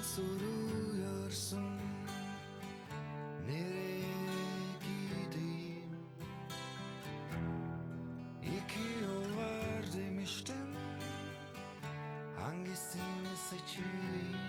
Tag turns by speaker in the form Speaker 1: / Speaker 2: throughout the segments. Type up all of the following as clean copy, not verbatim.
Speaker 1: soruyorsun nereye gideyim? İki yol var demiştin, hangisini seçeyim?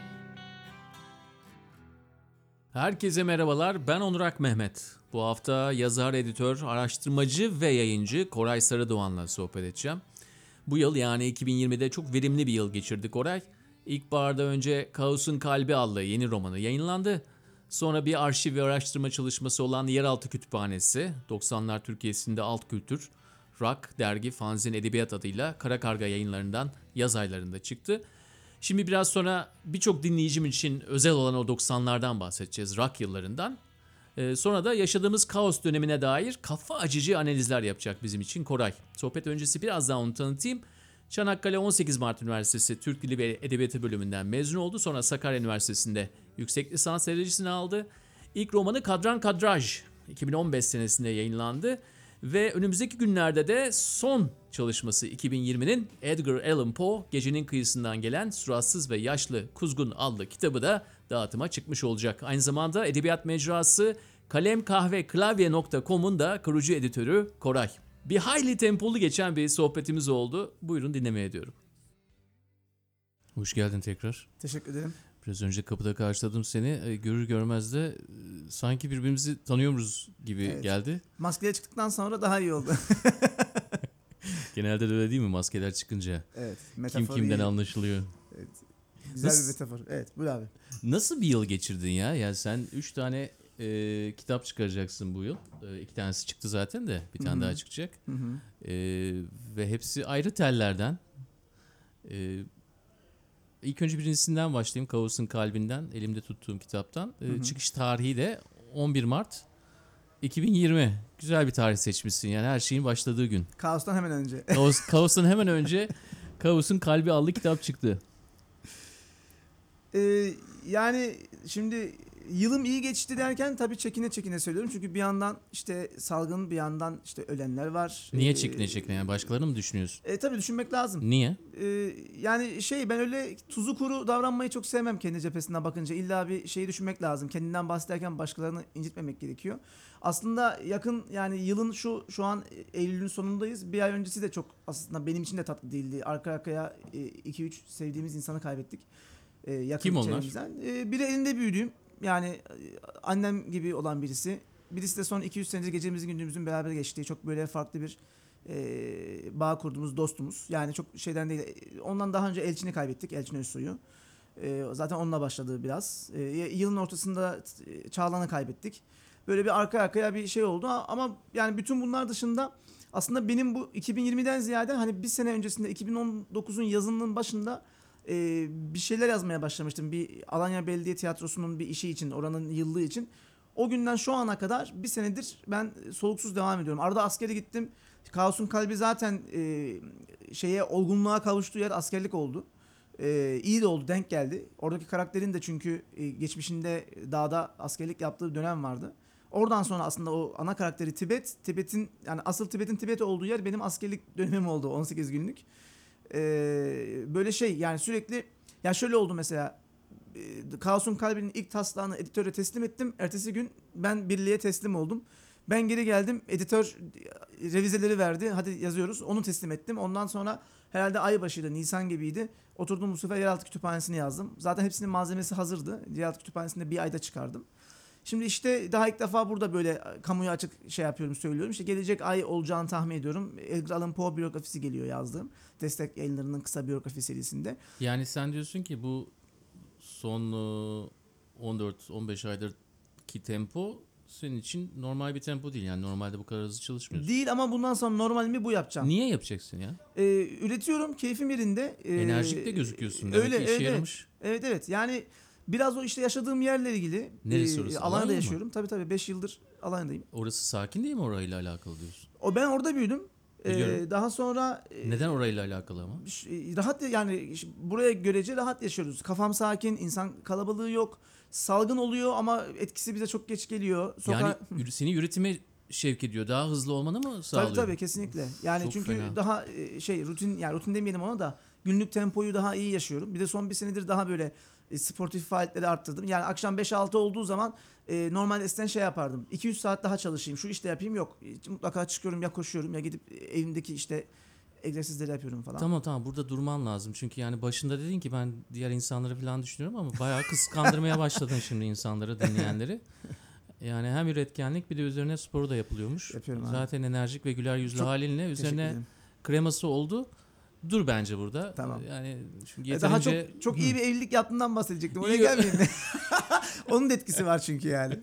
Speaker 2: Herkese merhabalar, ben Onurak Mehmet. Bu hafta yazar, editör, araştırmacı ve yayıncı Koray Sarıdoğan'la sohbet edeceğim. Bu yıl yani 2020'de çok verimli bir yıl geçirdi Koray. İlkbaharda önce Kaos'un Kalbi adlı yeni romanı yayınlandı. Sonra bir arşiv ve araştırma çalışması olan Yeraltı Kütüphanesi, 90'lar Türkiye'sinde alt kültür, rock, dergi, fanzin, edebiyat adıyla Kara Karga yayınlarından yaz aylarında çıktı. Şimdi biraz sonra birçok dinleyicim için özel olan o 90'lardan bahsedeceğiz, rock yıllarından. Sonra da yaşadığımız kaos dönemine dair kafa açıcı analizler yapacak bizim için Koray. Sohbet öncesi biraz daha onu tanıtayım. Çanakkale 18 Mart Üniversitesi Türk Dili ve Edebiyatı bölümünden mezun oldu. Sonra Sakarya Üniversitesi'nde yüksek lisans derecesini aldı. İlk romanı Kadran Kadraj 2015 senesinde yayınlandı. Ve önümüzdeki günlerde de son çalışması 2020'nin Edgar Allan Poe Gecenin Kıyısından Gelen Suratsız ve Yaşlı Kuzgun adlı kitabı da dağıtıma çıkmış olacak. Aynı zamanda edebiyat mecrası kalemkahveklavye.com'un da kurucu editörü Koray. Bir hayli tempolu geçen bir sohbetimiz oldu. Buyurun dinlemeye ediyorum. Hoş geldin tekrar.
Speaker 3: Teşekkür ederim.
Speaker 2: Biraz önce kapıda karşıladım seni. Görür görmez de sanki birbirimizi tanıyormuşuz gibi geldi.
Speaker 3: Maskeye çıktıktan sonra daha iyi oldu.
Speaker 2: Genelde de öyle değil mi maskeler çıkınca?
Speaker 3: Evet.
Speaker 2: Kim kimden anlaşılıyor.
Speaker 3: Evet. Güzel bir metafor. Evet, buyur abi.
Speaker 2: Nasıl bir yıl geçirdin ya? Yani sen 3 tane kitap çıkaracaksın bu yıl. 2 tanesi çıktı zaten de bir tane daha çıkacak. Ve hepsi ayrı tellerden. İlk önce birincisinden başlayayım. Kaos'un Kalbinden, elimde tuttuğum kitaptan. Çıkış tarihi de 11 Mart 2020. Güzel bir tarih seçmişsin yani her şeyin başladığı gün.
Speaker 3: Kaos'tan hemen önce.
Speaker 2: Kaos'tan hemen önce Kaos'un Kalbi adlı kitap çıktı.
Speaker 3: Yani şimdi yılım iyi geçti derken tabii çekine söylüyorum. Çünkü bir yandan işte salgın, bir yandan işte ölenler var.
Speaker 2: Niye çekine yani başkalarını mı düşünüyorsun?
Speaker 3: Tabii düşünmek lazım.
Speaker 2: Niye?
Speaker 3: Yani ben öyle tuzu kuru davranmayı çok sevmem kendi cephesinden bakınca. İlla bir şeyi düşünmek lazım. Kendinden bahsederken başkalarını incitmemek gerekiyor. Aslında yakın yani yılın şu an Eylül'ün sonundayız. Bir ay öncesi de çok aslında benim için de tatlı değildi. Arka arkaya 2-3 sevdiğimiz insanı kaybettik. Yakın
Speaker 2: Kim onlar?
Speaker 3: Biri elinde büyüdüğüm yani annem gibi olan birisi. Birisi de son 200 senedir gecemizin gündüzümüzün beraber geçtiği çok böyle farklı bir bağ kurduğumuz dostumuz. Yani çok şeyden değil. Ondan daha önce Elçin'i kaybettik. Elçin Özsoy'u. Zaten onunla başladı biraz. Yılın ortasında Çağlan'ı kaybettik. Böyle bir arka arkaya bir şey oldu ama yani bütün bunlar dışında aslında benim bu 2020'den ziyade hani bir sene öncesinde 2019'un yazının başında bir şeyler yazmaya başlamıştım. Bir Alanya Belediye Tiyatrosu'nun bir işi için, oranın yıllığı için. O günden şu ana kadar bir senedir ben soluksuz devam ediyorum. Arada askere gittim. Kaos'un Kalbi zaten olgunluğa kavuştuğu yer askerlik oldu. İyi de oldu, denk geldi. Oradaki karakterin de çünkü geçmişinde dağda askerlik yaptığı dönem vardı. Oradan sonra aslında o ana karakteri Tibet'in yani asıl Tibet olduğu yer benim askerlik dönemim oldu 18 günlük. Böyle yani sürekli ya şöyle oldu mesela Kaos'un Kalbi'nin ilk taslağını editöre teslim ettim. Ertesi gün ben birliğe teslim oldum. Ben geri geldim. Editör revizeleri verdi. Hadi yazıyoruz. Onu teslim ettim. Ondan sonra herhalde ay başıydı. Nisan gibiydi. Oturdum bu sefer Yeraltı Kütüphanesi'ni yazdım. Zaten hepsinin malzemesi hazırdı. Yeraltı Kütüphanesi'nde bir ayda çıkardım. Şimdi işte daha ilk defa burada böyle kamuya açık söylüyorum. İşte gelecek ay olacağını tahmin ediyorum. Edgar Allan Poe biyografisi geliyor yazdığım. Destek Yayınları'nın kısa biyografi serisinde.
Speaker 2: Yani sen diyorsun ki bu son 14-15 aydır ki tempo senin için normal bir tempo değil. Yani normalde bu kadar hızlı çalışmıyorsun.
Speaker 3: Değil ama bundan sonra normalimi bu yapacağım.
Speaker 2: Niye yapacaksın ya?
Speaker 3: Üretiyorum, keyfim yerinde.
Speaker 2: Enerjik de gözüküyorsun. Demek
Speaker 3: öyle,
Speaker 2: ki işe yaramış.
Speaker 3: Evet. Yani biraz o işte yaşadığım yerle ilgili.
Speaker 2: Neresi orası?
Speaker 3: Alanya'da yaşıyorum. Tabii 5 yıldır Alanya'dayım.
Speaker 2: Orası sakin değil mi orayla alakalı diyorsun?
Speaker 3: Ben orada büyüdüm.
Speaker 2: Biliyorum.
Speaker 3: Daha sonra
Speaker 2: neden orayla alakalı ama?
Speaker 3: rahat yani buraya görece rahat yaşıyoruz. Kafam sakin, insan kalabalığı yok. Salgın oluyor ama etkisi bize çok geç geliyor.
Speaker 2: Yani seni üretime şevk ediyor. Daha hızlı olmanı mı sağlıyor?
Speaker 3: Tabii kesinlikle. Yani
Speaker 2: çok
Speaker 3: çünkü
Speaker 2: fena.
Speaker 3: daha rutin demeyelim ona da günlük tempoyu daha iyi yaşıyorum. Bir de son bir senedir daha böyle sportif faaliyetleri arttırdım. Yani akşam 5-6 olduğu zaman normalde eskiden şey yapardım. 200 saat daha çalışayım, şu işte yapayım, yok. Mutlaka çıkıyorum, ya koşuyorum ya gidip evimdeki işte egzersizleri yapıyorum falan.
Speaker 4: Tamam burada durman lazım. Çünkü yani başında dedin ki ben diğer insanları falan düşünüyorum ama bayağı kıskandırmaya başladın şimdi insanları, dinleyenleri. Yani hem üretkenlik bir de üzerine sporu da yapılıyormuş.
Speaker 3: Yapıyorum abi.
Speaker 4: Zaten enerjik ve güler yüzlü
Speaker 3: Çok
Speaker 4: halinle
Speaker 3: Teşekkür
Speaker 4: üzerine
Speaker 3: ederim.
Speaker 4: kreması oldu. Dur bence burada.
Speaker 3: Tamam.
Speaker 4: Yani çünkü
Speaker 3: Daha
Speaker 4: yeterince...
Speaker 3: çok iyi bir evlilik yaptığından bahsedecektim. Oraya
Speaker 4: İyi.
Speaker 3: gelmeyeyim de. Onun da etkisi var çünkü yani.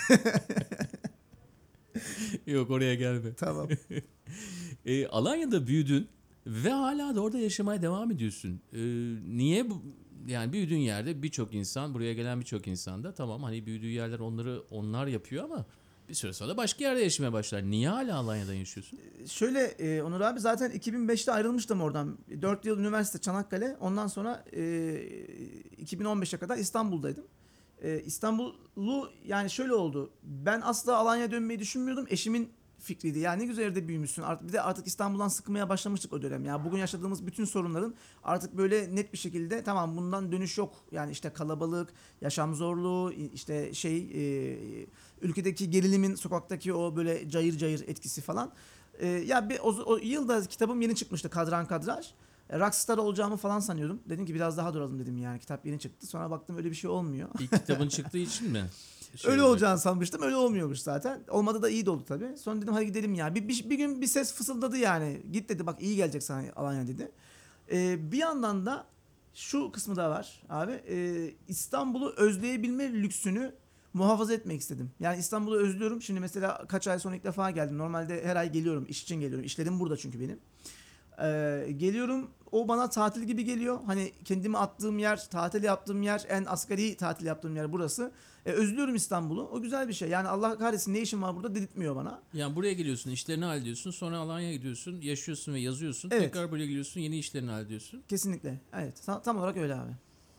Speaker 4: Yok oraya gelme.
Speaker 3: Tamam.
Speaker 2: Alanya'da büyüdün ve hala da orada yaşamaya devam ediyorsun. Niye bu? Yani büyüdüğün yerde birçok insan, buraya gelen birçok insan da tamam hani büyüdüğü yerler onlar yapıyor ama bir süre sonra da başka yerde yaşamaya başlar. Niye hala Alanya'da yaşıyorsun?
Speaker 3: Şöyle Onur abi, zaten 2005'te ayrılmıştım oradan. 4 yıl üniversite Çanakkale. Ondan sonra 2015'e kadar İstanbul'daydım. İstanbul'u yani şöyle oldu. Ben asla Alanya'ya dönmeyi düşünmüyordum. Eşimin fikriydi. Yani ne güzel evde büyümüşsün. Bir de artık İstanbul'dan sıkmaya başlamıştık o dönem. Yani bugün yaşadığımız bütün sorunların artık böyle net bir şekilde tamam, bundan dönüş yok. Yani işte kalabalık, yaşam zorluğu, işte ülkedeki gerilimin, sokaktaki o böyle cayır cayır etkisi falan. Ya o yılda kitabım yeni çıkmıştı, Kadran Kadraj. Rockstar olacağımı falan sanıyordum. Dedim ki biraz daha duralım dedim yani. Kitap yeni çıktı. Sonra baktım öyle bir şey olmuyor.
Speaker 4: İlk kitabın çıktığı için mi?
Speaker 3: Öyle olacağını sanmıştım. Öyle olmuyormuş zaten. Olmadı da iyi de oldu tabii. Sonra dedim hadi gidelim ya. Bir gün bir ses fısıldadı yani. Git dedi, bak iyi gelecek sana Alanya dedi. Bir yandan da şu kısmı da var abi. İstanbul'u özleyebilme lüksünü muhafaza etmek istedim. Yani İstanbul'u özlüyorum. Şimdi mesela kaç ay sonra ilk defa geldim. Normalde her ay geliyorum. İş için geliyorum. İşlerim burada çünkü benim. Geliyorum, o bana tatil gibi geliyor. Hani kendimi attığım yer, tatil yaptığım yer, en asgari tatil yaptığım yer burası. Özlüyorum İstanbul'u. O güzel bir şey. Yani Allah kahretsin ne işim var burada dedirtmiyor bana.
Speaker 4: Yani buraya geliyorsun, işlerini hallediyorsun, sonra Alanya'ya gidiyorsun, yaşıyorsun ve yazıyorsun.
Speaker 3: Evet.
Speaker 4: Tekrar buraya geliyorsun, yeni işlerini hallediyorsun.
Speaker 3: Kesinlikle. Evet. Tam olarak öyle abi.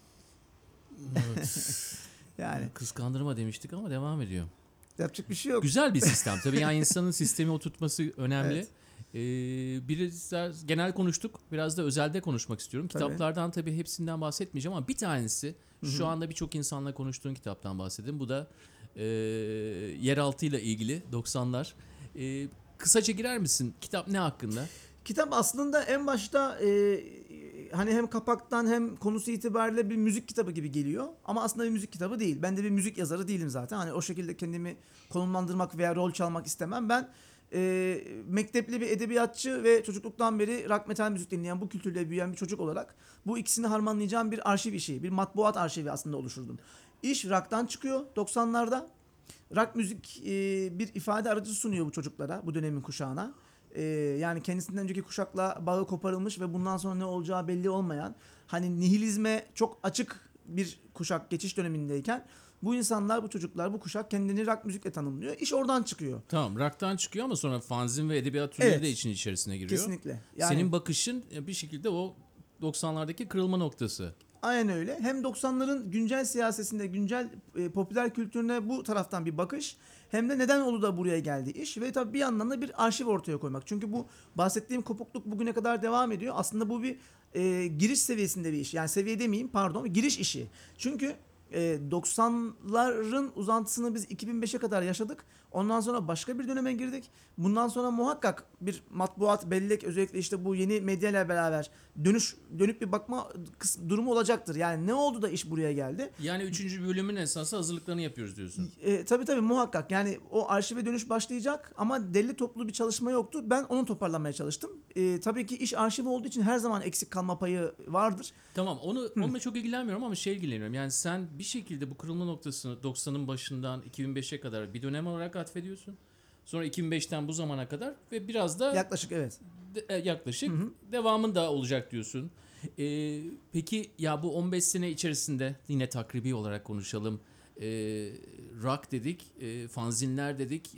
Speaker 3: Yani
Speaker 4: Kıskandırma demiştik ama devam ediyor.
Speaker 3: yapacak bir şey yok.
Speaker 2: Güzel bir sistem. Tabii yani insanın sistemi oturtması önemli.
Speaker 3: Evet.
Speaker 2: Biraz genel konuştuk. Biraz da özelde konuşmak istiyorum.
Speaker 3: Tabii.
Speaker 2: Kitaplardan tabii hepsinden bahsetmeyeceğim ama bir tanesi şu anda birçok insanla konuştuğun kitaptan bahsedeyim. Bu da yeraltı ile ilgili 90'lar. Kısaca girer misin? Kitap ne hakkında?
Speaker 3: Kitap aslında en başta hani hem kapaktan hem konusu itibariyle bir müzik kitabı gibi geliyor. Ama aslında bir müzik kitabı değil. Ben de bir müzik yazarı değilim zaten. Hani o şekilde kendimi konumlandırmak veya rol çalmak istemem. Ben mektepli bir edebiyatçı ve çocukluktan beri rock metal müzik dinleyen, bu kültürle büyüyen bir çocuk olarak bu ikisini harmanlayacağım bir arşiv işi, bir matbuat arşivi aslında oluşturdum. İş rock'tan çıkıyor 90'larda. Rock müzik bir ifade aracı sunuyor bu çocuklara, bu dönemin kuşağına. Yani kendisinden önceki kuşakla bağı koparılmış ve bundan sonra ne olacağı belli olmayan, hani nihilizme çok açık bir kuşak geçiş dönemindeyken bu insanlar, bu çocuklar, bu kuşak kendini rock müzikle tanımlıyor. İş oradan çıkıyor.
Speaker 2: Tamam, rock'tan çıkıyor ama sonra fanzin ve edebiyat türleri
Speaker 3: Evet.
Speaker 2: de için içerisine giriyor.
Speaker 3: Kesinlikle. Yani,
Speaker 2: Senin bakışın bir şekilde o 90'lardaki kırılma noktası.
Speaker 3: aynen öyle. Hem 90'ların güncel siyasetinde, güncel popüler kültürüne bu taraftan bir bakış, hem de neden oldu da buraya geldi iş ve tabii bir yandan da bir arşiv ortaya koymak. Çünkü bu bahsettiğim kopukluk bugüne kadar devam ediyor. Aslında bu bir giriş seviyesinde bir iş. Yani seviye demeyeyim, pardon, giriş işi. Çünkü 90'ların uzantısını biz 2005'e kadar yaşadık. Ondan sonra başka bir döneme girdik. Bundan sonra muhakkak bir matbuat, bellek, özellikle işte bu yeni medyayla beraber dönüp bir bakma durumu olacaktır. Yani ne oldu da iş buraya geldi?
Speaker 2: Yani 3. bölümün esası hazırlıklarını yapıyoruz diyorsun.
Speaker 3: Tabii muhakkak. Yani o arşive dönüş başlayacak ama deli toplu bir çalışma yoktu. Ben onu toparlamaya çalıştım. Tabii ki iş arşivi olduğu için her zaman eksik kalma payı vardır.
Speaker 2: Tamam, onunla çok ilgilenmiyorum ama ilgileniyorum. Yani sen bir şekilde bu kırılma noktasını 90'ın başından 2005'e kadar bir dönem olarak atfediyorsun. Sonra 2005'ten bu zamana kadar ve biraz da
Speaker 3: Yaklaşık evet.
Speaker 2: yaklaşık devamın da olacak diyorsun. Peki ya bu 15 sene içerisinde yine takribi olarak konuşalım. Rock dedik, fanzinler dedik.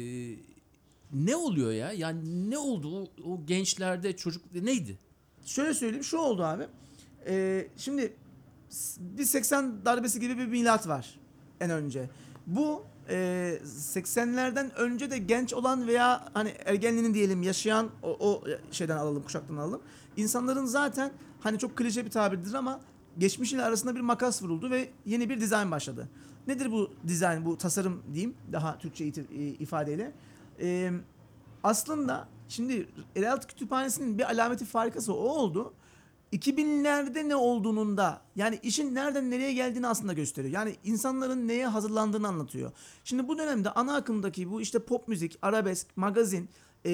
Speaker 2: Ne oluyor ya? Yani ne oldu o gençlerde, neydi?
Speaker 3: Şöyle söyleyeyim, şu oldu abi. Şimdi bir 80 darbesi gibi bir milat var en önce. Bu 80'lerden önce de genç olan veya hani ergenliğini diyelim yaşayan o şeyden alalım, kuşaktan alalım. İnsanların zaten hani çok klişe bir tabirdir ama geçmiş ile arasında bir makas vuruldu ve yeni bir dizayn başladı. Nedir bu dizayn, bu tasarım diyeyim daha Türkçe ifadeyle? Aslında şimdi Ereğli Kütüphanesi'nin bir alameti farikası o oldu. 2000'lerde ne olduğunun da yani işin nereden nereye geldiğini aslında gösteriyor. Yani insanların neye hazırlandığını anlatıyor. Şimdi bu dönemde ana akımdaki bu işte pop müzik, arabesk, magazin,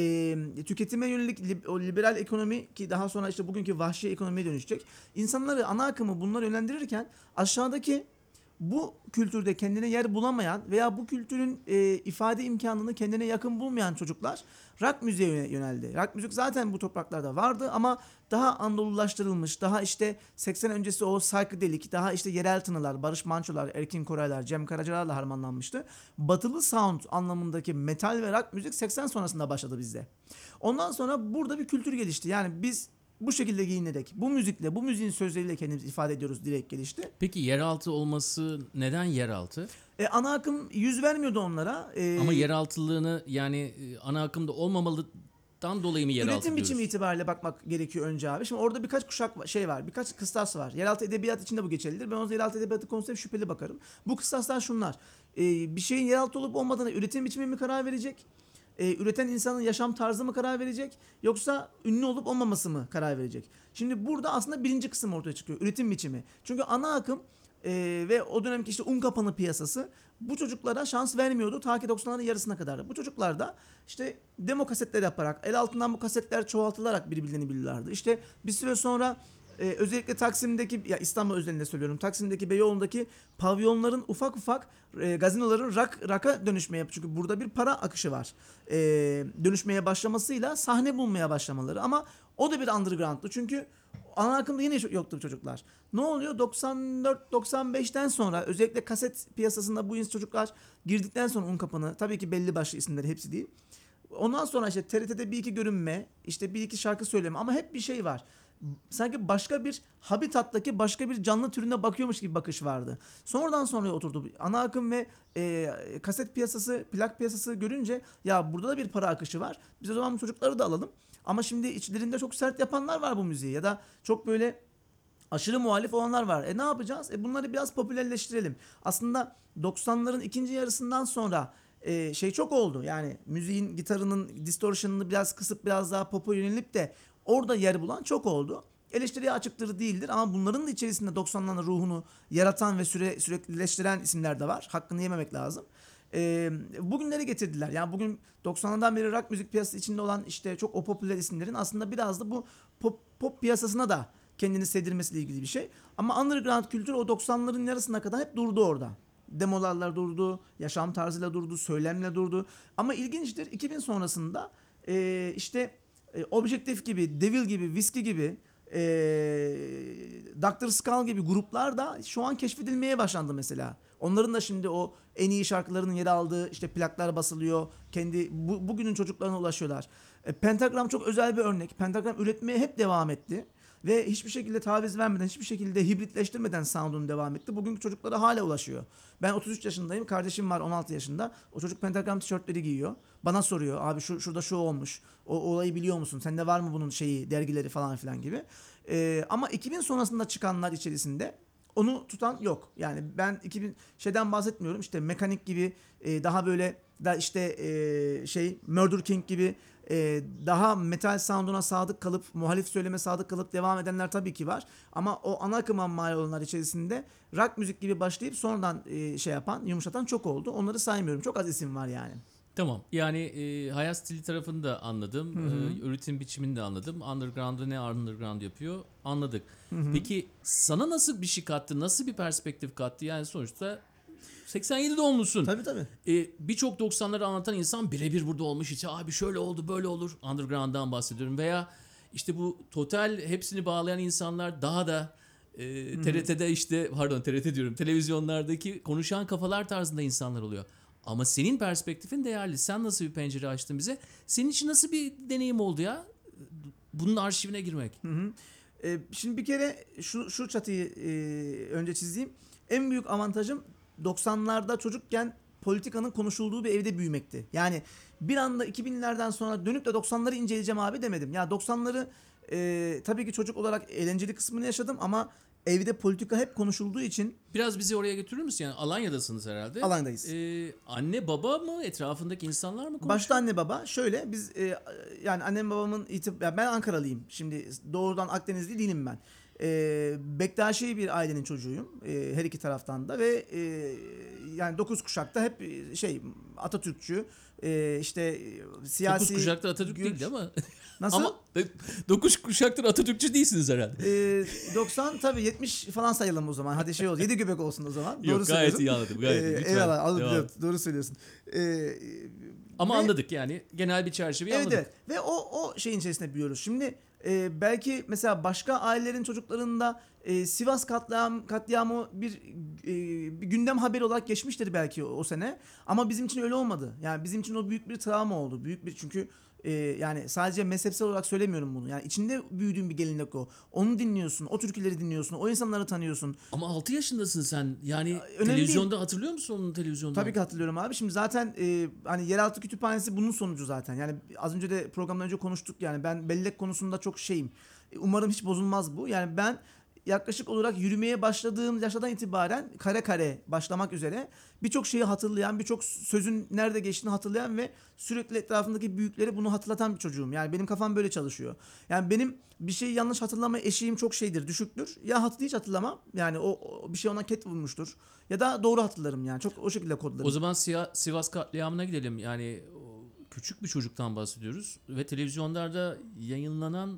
Speaker 3: tüketime yönelik o liberal ekonomi ki daha sonra işte bugünkü vahşi ekonomiye dönüşecek. İnsanları ana akımı bunlar yönlendirirken aşağıdaki bu kültürde kendine yer bulamayan veya bu kültürün ifade imkanını kendine yakın bulmayan çocuklar rock müziğe yöneldi. Rock müzik zaten bu topraklarda vardı ama daha Anadolulaştırılmış, daha işte 80 öncesi o psychedelic, daha işte yerel tınılar, Barış Manço'lar, Erkin Koraylar, Cem Karaca'larla harmanlanmıştı. Batılı sound anlamındaki metal ve rock müzik 80 sonrasında başladı bizde. Ondan sonra burada bir kültür gelişti. Yani biz bu şekilde giyinerek, bu müzikle, bu müziğin sözleriyle kendimizi ifade ediyoruz direkt gelişti.
Speaker 4: Peki yeraltı olması neden yeraltı?
Speaker 3: Ana akım yüz vermiyordu onlara.
Speaker 4: Ama yeraltılığını yani ana akımda olmamalıdan dolayı mı yeraltı
Speaker 3: Üretim
Speaker 4: diyoruz?
Speaker 3: biçimi itibariyle bakmak gerekiyor önce abi. Şimdi orada birkaç şey var, birkaç kıstas var. Yeraltı edebiyat için de bu geçerlidir. Ben o yeraltı edebiyatı konusunda şüpheli bakarım. Bu kıstaslar şunlar. Bir şeyin yeraltı olup olmadığına üretim biçimi mi karar verecek? Üreten insanın yaşam tarzı mı karar verecek? Yoksa ünlü olup olmaması mı karar verecek? Şimdi burada aslında birinci kısım ortaya çıkıyor. Üretim biçimi. Çünkü ana akım ve o dönemki işte un kapanı piyasası bu çocuklara şans vermiyordu ta ki 90'ların yarısına kadar. Bu çocuklar da işte demo kasetler yaparak, el altından bu kasetler çoğaltılarak birbirlerini biliyorlardı. İşte bir süre sonra özellikle Taksim'deki, ya İstanbul özelinde söylüyorum, Taksim'deki Beyoğlu'ndaki pavyonların ufak ufak gazinoların rock'a dönüşmeye, çünkü burada bir para akışı var. Dönüşmeye başlamasıyla sahne bulmaya başlamaları, ama o da bir underground'tu çünkü ana akımda yine yoktu çocuklar. Ne oluyor? 94-95'ten sonra özellikle kaset piyasasında bu çocuklar girdikten sonra un kapanı, tabii ki belli başlı isimleri, hepsi değil. Ondan sonra işte TRT'de bir iki görünme, işte bir iki şarkı söyleme, ama hep bir şey var. Sanki başka bir habitattaki başka bir canlı türüne bakıyormuş gibi bakış vardı. Sonradan sonraya oturdu. Ana akım ve kaset piyasası, plak piyasası görünce ya burada da bir para akışı var. Biz o zaman bu çocukları da alalım. Ama şimdi içlerinde çok sert yapanlar var bu müziği, ya da çok böyle aşırı muhalif olanlar var. Ne yapacağız? Bunları biraz popülerleştirelim. Aslında 90'ların ikinci yarısından sonra şey çok oldu. Yani müziğin, gitarının distortion'ını biraz kısıp biraz daha pop'a yönelip de orada yer bulan çok oldu. Eleştiriye açıktır değildir, ama bunların da içerisinde 90'ların ruhunu yaratan ve süreklileştiren isimler de var. Hakkını yememek lazım. Bugünlere getirdiler. Yani bugün 90'lardan beri rock müzik piyasası içinde olan işte çok o popüler isimlerin aslında biraz da bu pop piyasasına da kendini sevdirmesiyle ilgili bir şey. Ama underground kültür o 90'ların yarısına kadar hep durdu orada. Demolarla durdu, yaşam tarzıyla durdu, söylemle durdu. Ama ilginçtir, 2000 sonrasında işte Objective gibi, Devil gibi, Whiskey gibi, Dr. Skull gibi gruplar da şu an keşfedilmeye başlandı mesela. Onların da şimdi o en iyi şarkılarının yer aldığı işte plaklar basılıyor. Kendi bugünün çocuklarına ulaşıyorlar. Pentagram çok özel bir örnek. Pentagram üretmeye hep devam etti. Ve hiçbir şekilde taviz vermeden, hiçbir şekilde hibritleştirmeden sound'unu devam etti. Bugünkü çocuklara hala ulaşıyor. Ben 33 yaşındayım. Kardeşim var 16 yaşında. O çocuk Pentagram tişörtleri giyiyor. Bana soruyor. Abi şurada şu olmuş. O olayı biliyor musun? Sende var mı bunun dergileri falan filan gibi. Ama 2000 sonrasında çıkanlar içerisinde onu tutan yok. Yani ben 2000 şeyden bahsetmiyorum. İşte Mekanik gibi daha böyle da işte Murder King gibi daha metal sound'una sadık kalıp, muhalif söyleme sadık kalıp devam edenler tabii ki var. Ama o ana akıma mal olanlar içerisinde rock müzik gibi başlayıp sonradan yumuşatan çok oldu. Onları saymıyorum. Çok az isim var yani.
Speaker 4: Tamam. Yani hayat stili tarafını da anladım. Üretim biçimini de anladım. Underground'ı ne underground yapıyor anladık. Peki sana nasıl bir şey kattı? Nasıl bir perspektif kattı? Yani sonuçta 87 doğumlusun.
Speaker 3: Tabii.
Speaker 4: Birçok 90'ları anlatan insan birebir burada olmuş. İşte abi şöyle oldu böyle olur. Underground'dan bahsediyorum. Veya işte bu total hepsini bağlayan insanlar daha da TRT'de işte TRT diyorum. Televizyonlardaki konuşan kafalar tarzında insanlar oluyor. Ama senin perspektifin değerli. Sen nasıl bir pencere açtın bize? Senin için nasıl bir deneyim oldu ya? Bunun arşivine girmek.
Speaker 3: Şimdi bir kere şu çatıyı önce çizeyim. En büyük avantajım 90'larda çocukken politikanın konuşulduğu bir evde büyümekti. Yani bir anda 2000'lerden sonra dönüp de 90'ları inceleyeceğim abi demedim. Ya 90'ları tabii ki çocuk olarak eğlenceli kısmını yaşadım, ama evde politika hep konuşulduğu için
Speaker 4: Biraz bizi oraya götürür müsün? Yani Alanya'dasınız herhalde.
Speaker 3: Alanya'dayız.
Speaker 4: Anne baba mı? Etrafındaki insanlar mı konuşuyor?
Speaker 3: Başta anne baba şöyle biz yani annem babamın ya ben Ankaralıyım. Şimdi doğrudan Akdenizli değilim ben. Bektaşi bir ailenin çocuğuyum. Her iki taraftan da ve yani 9 kuşakta hep Atatürkçü işte siyasi
Speaker 4: 9 kuşakta Atatürk
Speaker 3: güç-
Speaker 4: değildi ama.
Speaker 3: Nasıl?
Speaker 4: Ama 9 kuşaktır Atatürkçü değilsiniz herhalde.
Speaker 3: 90 tabii 70 falan sayalım o zaman. Hadi şey olsun. 7 göbek olsun o zaman.
Speaker 4: Yok,
Speaker 3: Doğru
Speaker 4: gayet
Speaker 3: söylüyorsun.
Speaker 4: iyi anladım. Gayet iyi. Lütfen.
Speaker 3: Eyvallah. Anladım,
Speaker 4: Devam.
Speaker 3: evet, doğru söylüyorsun.
Speaker 4: Ama
Speaker 3: Ve-
Speaker 4: anladık yani. Genel bir çerçeveyi
Speaker 3: Evet,
Speaker 4: anladık.
Speaker 3: evet. Ve o şeyin içerisinde büyüyoruz. Şimdi belki mesela başka ailelerin çocuklarında Sivas katliamı bir gündem haberi olarak geçmiştir belki o sene. Ama bizim için öyle olmadı. Yani bizim için o büyük bir travma oldu. Büyük bir çünkü yani sadece mezhepsel olarak söylemiyorum bunu. Yani içinde büyüdüğün bir gelenek o. Onu dinliyorsun, o türküleri dinliyorsun, o insanları tanıyorsun.
Speaker 4: Ama 6 yaşındasın sen. Yani
Speaker 3: önemli
Speaker 4: televizyonda hatırlıyor musun onun televizyonda?
Speaker 3: Tabii ki hatırlıyorum abi. Şimdi zaten hani yeraltı kütüphanesi bunun sonucu zaten. Yani az önce de programdan önce konuştuk yani ben bellek konusunda çok şeyim. Umarım hiç bozulmaz bu. Yani ben yaklaşık olarak yürümeye başladığım yaşlardan itibaren kare kare başlamak üzere birçok şeyi hatırlayan, birçok sözün nerede geçtiğini hatırlayan ve sürekli etrafındaki büyükleri bunu hatırlatan bir çocuğum. Yani benim kafam böyle çalışıyor. Yani benim bir şeyi yanlış hatırlama eşiğim çok düşüktür. Ya hiç hatırlamam. Yani o bir şey ona ket vurmuştur. Ya da doğru hatırlarım yani. Çok o şekilde kodlarım.
Speaker 4: O zaman Sivas katliamına gidelim. Yani küçük bir çocuktan bahsediyoruz ve televizyonlarda yayınlanan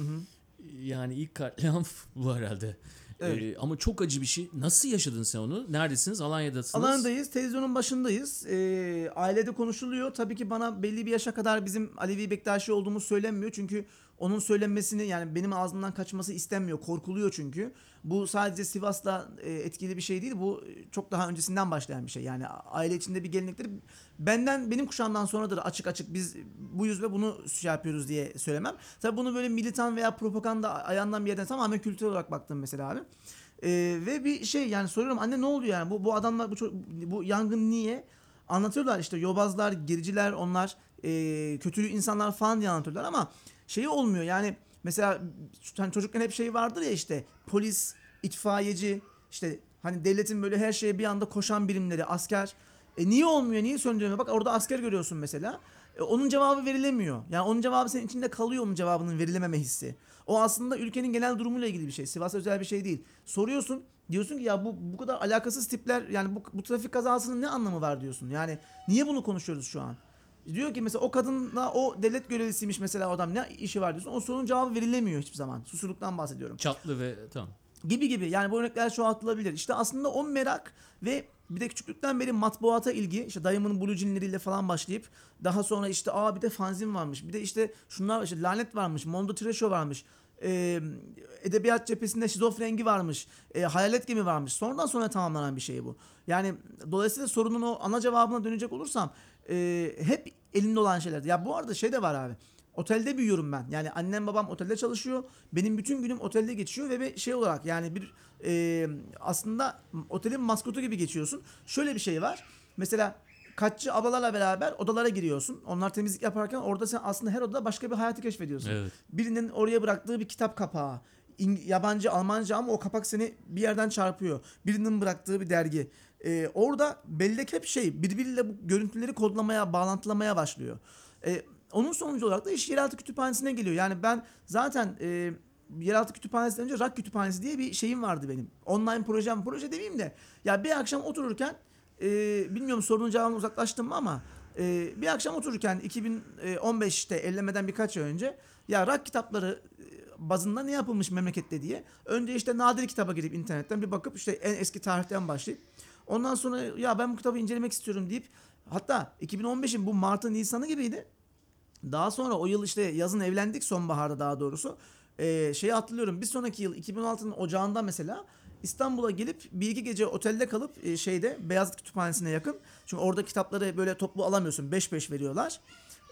Speaker 4: yani ilk katliam bu herhalde.
Speaker 3: Evet.
Speaker 4: Ama çok acı bir şey. Nasıl yaşadın sen onu? Neredesiniz? Alanya'dasınız.
Speaker 3: Alanya'dayız. Televizyonun başındayız. Ailede konuşuluyor. Tabii ki bana belli bir yaşa kadar bizim Alevi Bektaşi olduğumuz söylenmiyor. Çünkü onun söylenmesini yani benim ağzımdan kaçması istenmiyor. Korkuluyor çünkü. Bu sadece Sivas'la etkili bir şey değil. Bu çok daha öncesinden başlayan bir şey. Yani aile içinde bir gelenekleri benim kuşağımdan sonradır açık açık biz buyuz ve bunu şey yapıyoruz diye söylemem. Tabii bunu böyle militan veya propaganda ayağından bir yerden tamamen kültürel olarak baktım mesela abi. Ve bir şey yani soruyorum anne ne oluyor yani bu adamlar bu yangın niye? Anlatıyorlar işte yobazlar, gericiler onlar kötü insanlar falan diye anlatıyorlar ama şeyi olmuyor yani mesela hani çocukken hep şey vardır ya işte polis, itfaiyeci işte hani devletin böyle her şeye bir anda koşan birimleri, asker. Niye olmuyor? Niye söndüremiyor? Bak orada asker görüyorsun mesela. Onun cevabı verilemiyor. Yani onun cevabı senin içinde kalıyor onun cevabının verilememe hissi. O aslında ülkenin genel durumuyla ilgili bir şey. Sivas özel bir şey değil. Soruyorsun diyorsun ki ya bu kadar alakasız tipler yani bu trafik kazasının ne anlamı var diyorsun. Yani niye bunu konuşuyoruz şu an? Diyor ki mesela o kadınla o devlet görevlisiymiş mesela o adam ne işi var diyorsun. O sorunun cevabı verilemiyor hiçbir zaman. Susurluktan bahsediyorum.
Speaker 4: Çatlı ve tamam.
Speaker 3: Gibi yani bu örnekler çoğaltılabilir. İşte aslında o merak ve bir de küçüklükten beri matbuata ilgi işte dayımın Blue Jean'leriyle falan başlayıp daha sonra işte bir de fanzin varmış. Bir de işte şunlar işte lanet varmış. Mondo Trasho varmış. Edebiyat cephesinde şizofrengi varmış. Hayalet gemi varmış. Sonradan sonra tamamlanan bir şey bu. Yani dolayısıyla sorunun o ana cevabına dönecek olursam hep elinde olan şeyler. Ya bu arada şey de var abi. Otelde büyüyorum ben. Yani annem babam otelde çalışıyor. Benim bütün günüm otelde geçiyor ve şey olarak yani bir aslında otelin maskotu gibi geçiyorsun. Şöyle bir şey var. Mesela kaççı ablalarla beraber odalara giriyorsun. Onlar temizlik yaparken orada sen aslında her odada başka bir hayatı keşfediyorsun.
Speaker 4: Evet.
Speaker 3: Birinin oraya bıraktığı bir kitap kapağı. Yabancı, Almanca ama o kapak seni bir yerden çarpıyor. Birinin bıraktığı bir dergi. Orada bellek hep birbiriyle bu görüntüleri kodlamaya, bağlantılamaya başlıyor. Onun sonucu olarak da iş yeraltı kütüphanesine geliyor. Yani ben zaten yeraltı kütüphanesinden önce Rock Kütüphanesi diye bir şeyim vardı benim. Online proje demeyeyim de. Ya bir akşam otururken bilmiyorum sorunun cevabına uzaklaştım mı ama bir akşam otururken 2015'te ellemeden birkaç ay önce ya rock kitapları bazında ne yapılmış memlekette diye. Önce işte nadir kitaba girip internetten bir bakıp işte en eski tarihten başlayıp ondan sonra ya ben bu kitabı incelemek istiyorum deyip hatta 2015'in bu Mart'ı Nisan'ı gibiydi. Daha sonra o yıl işte yazın evlendik sonbaharda daha doğrusu. Şeyi hatırlıyorum bir sonraki yıl 2016'nın ocağında mesela İstanbul'a gelip bir iki gece otelde kalıp Beyazıt Kütüphanesi'ne yakın. Çünkü orada kitapları böyle toplu alamıyorsun. 5-5 veriyorlar.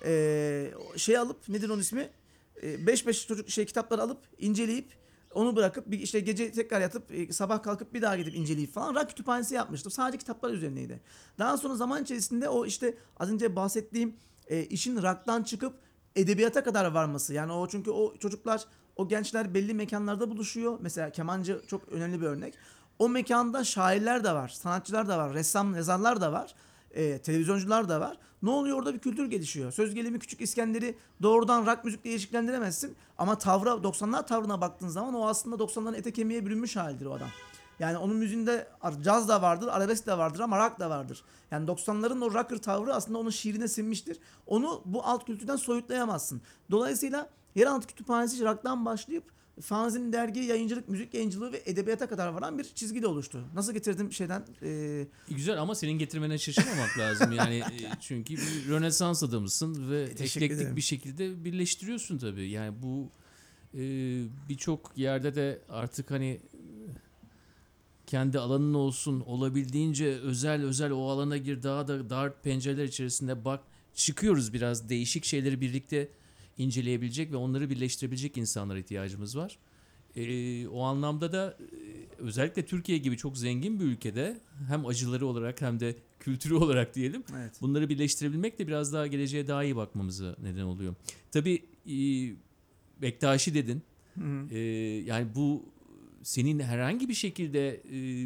Speaker 3: Alıp nedir onun ismi? 5-5 çocuk kitapları alıp inceleyip onu bırakıp bir işte gece tekrar yatıp sabah kalkıp bir daha gidip inceleyip falan rock kütüphanesi yapmıştım. Sadece kitaplar üzerineydi. Daha sonra zaman içerisinde o işte az önce bahsettiğim işin rock'tan çıkıp edebiyata kadar varması. Yani o çünkü o çocuklar O gençler belli mekanlarda buluşuyor. Mesela kemancı çok önemli bir örnek. O mekanda şairler de var, sanatçılar da var, ressam, yazarlar da var, televizyoncular da var. Ne oluyor orada? Bir kültür gelişiyor. Söz gelimi Küçük İskender'i doğrudan rock müzikle ilişkilendiremezsin. Ama 90'lar tavrına baktığın zaman o aslında 90'ların ete kemiğe bürünmüş halidir o adam. Yani onun müziğinde caz da vardır, arabesk de vardır ama rock da vardır. Yani 90'ların o rocker tavrı aslında onun şiirine sinmiştir. Onu bu alt kültürden soyutlayamazsın. Dolayısıyla Yeraltı Kütüphanesi rock'tan başlayıp fanzin, dergi, yayıncılık, müzik yayıncılığı ve edebiyata kadar varan bir çizgi de oluştu. Nasıl getirdim şeyden?
Speaker 4: Güzel ama senin getirmene şaşırmamak lazım. Yani çünkü bir Rönesans adamısın ve
Speaker 3: Teşekkür
Speaker 4: eklektik
Speaker 3: ederim.
Speaker 4: bir şekilde birleştiriyorsun tabii. Yani bu birçok yerde de artık hani kendi alanın olsun, olabildiğince özel o alana gir, daha da dar pencereler içerisinde bak, çıkıyoruz, biraz değişik şeyleri birlikte inceleyebilecek ve onları birleştirebilecek insanlara ihtiyacımız var. O anlamda da özellikle Türkiye gibi çok zengin bir ülkede hem acıları olarak hem de kültürü olarak diyelim,
Speaker 3: Evet.
Speaker 4: bunları birleştirebilmek de biraz daha geleceğe daha iyi bakmamıza neden oluyor. Tabii Bektaşi dedin. Yani bu senin herhangi bir şekilde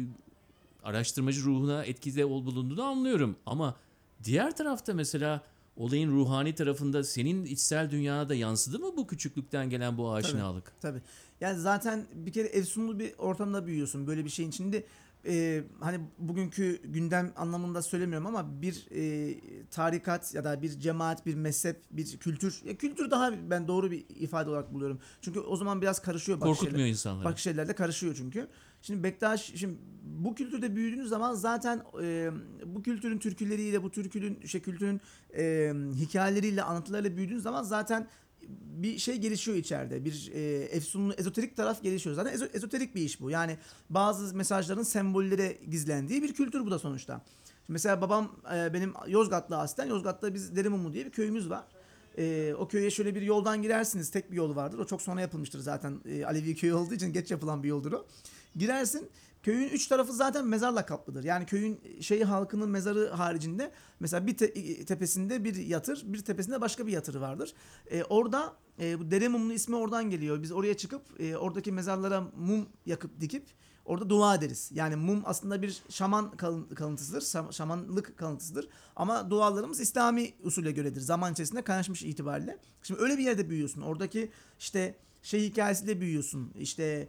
Speaker 4: araştırmacı ruhuna etkide bulunduğunu anlıyorum. Ama diğer tarafta mesela olayın ruhani tarafında senin içsel dünyana da yansıdı mı bu küçüklükten gelen bu aşinalık?
Speaker 3: Tabii. Yani zaten bir kere efsunlu bir ortamda büyüyorsun. Böyle bir şeyin içinde hani bugünkü gündem anlamında söylemiyorum ama bir tarikat ya da bir cemaat, bir mezhep, bir kültür. Ya kültür daha ben doğru bir ifade olarak buluyorum. Çünkü o zaman biraz karışıyor bakış
Speaker 4: Korkutmuyor
Speaker 3: şeyler.
Speaker 4: insanları.
Speaker 3: Bakış şeyler de karışıyor çünkü. Şimdi şimdi bu kültürde büyüdüğünüz zaman zaten bu kültürün türküleriyle, bu kültürün hikayeleriyle, anlatılarıyla büyüdüğünüz zaman zaten bir şey gelişiyor içeride. Bir efsunlu, ezoterik taraf gelişiyor. Zaten ezoterik bir iş bu. Yani bazı mesajların sembollere gizlendiği bir kültür bu da sonuçta. Şimdi mesela babam benim Yozgatlı aslen. Yozgat'ta biz Deremumu diye bir köyümüz var. O köye şöyle bir yoldan girersiniz. Tek bir yolu vardır. O çok sonra yapılmıştır zaten. Alevi köyü olduğu için geç yapılan bir yoldur o. Girersin. Köyün üç tarafı zaten mezarla kaplıdır. Yani köyün halkının mezarı haricinde mesela bir tepesinde bir yatır, bir tepesinde başka bir yatırı vardır. Orada bu Dere Mumlu ismi oradan geliyor. Biz oraya çıkıp oradaki mezarlara mum yakıp dikip orada dua ederiz. Yani mum aslında bir şaman kalıntısıdır, şamanlık kalıntısıdır. Ama dualarımız İslami usule göredir. Zaman içerisinde kaynaşmış itibariyle. Şimdi öyle bir yerde büyüyorsun. Oradaki işte hikayesiyle büyüyorsun. İşte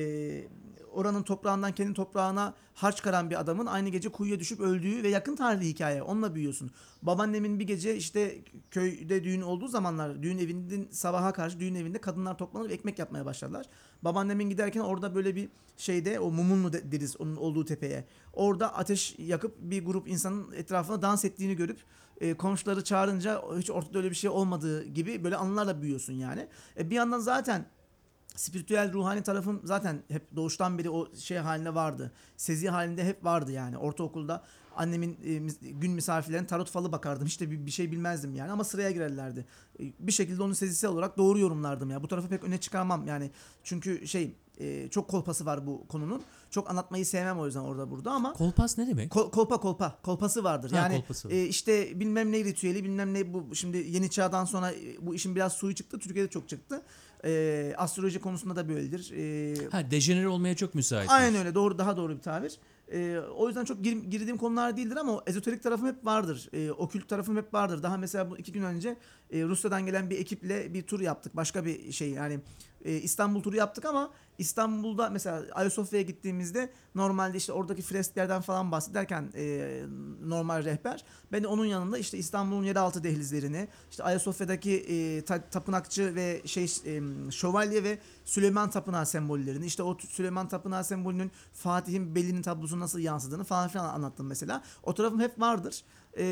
Speaker 3: oranın toprağından kendi toprağına harç karan bir adamın aynı gece kuyuya düşüp öldüğü ve yakın tarihli hikaye. Onunla büyüyorsun. Babaannemin bir gece işte köyde düğün olduğu zamanlar düğün evinin sabaha karşı düğün evinde kadınlar toplanıp ekmek yapmaya başlarlar. Babaannemin giderken orada böyle bir o Mumunlu deriz onun olduğu tepeye. Orada ateş yakıp bir grup insanın etrafına dans ettiğini görüp komşuları çağırınca hiç ortada öyle bir şey olmadığı gibi böyle anılarla büyüyorsun yani. Bir yandan zaten spiritüel ruhani tarafım zaten hep doğuştan beri o halinde vardı. Sezi halinde hep vardı yani. Ortaokulda annemin gün misafirlerine tarot falı bakardım. Hiç de bir şey bilmezdim yani ama sıraya girerlerdi. Bir şekilde onu sezisel olarak doğru yorumlardım ya. Bu tarafı pek öne çıkarmam yani. Çünkü çok kolpası var bu konunun. Çok anlatmayı sevmem o yüzden orada burada ama
Speaker 4: Kolpas ne demek?
Speaker 3: kolpası vardır.
Speaker 4: Ha,
Speaker 3: Yani
Speaker 4: kolpası var.
Speaker 3: işte bilmem ne ritüeli bilmem ne bu şimdi yeni çağdan sonra bu işin biraz suyu çıktı. Türkiye'de çok çıktı. Astroloji konusunda da böyledir.
Speaker 4: Dejenere olmaya çok müsait.
Speaker 3: Aynen öyle daha doğru bir tabir. O yüzden çok girdiğim konular değildir ama o ezoterik tarafım hep vardır. Okült tarafım hep vardır. Daha mesela bu 2 gün önce Rusya'dan gelen bir ekiple bir tur yaptık. Başka bir yani İstanbul turu yaptık ama İstanbul'da mesela Ayasofya'ya gittiğimizde normalde işte oradaki fresklerden falan bahsederken normal rehber ben de onun yanında işte İstanbul'un yeraltı dehlizlerini işte Ayasofya'daki tapınakçı ve şövalye ve Süleyman Tapınağı sembollerini işte o Süleyman Tapınağı sembolünün Fatih'in belinin tablosuna nasıl yansıdığını falan filan anlattım mesela. O tarafım hep vardır.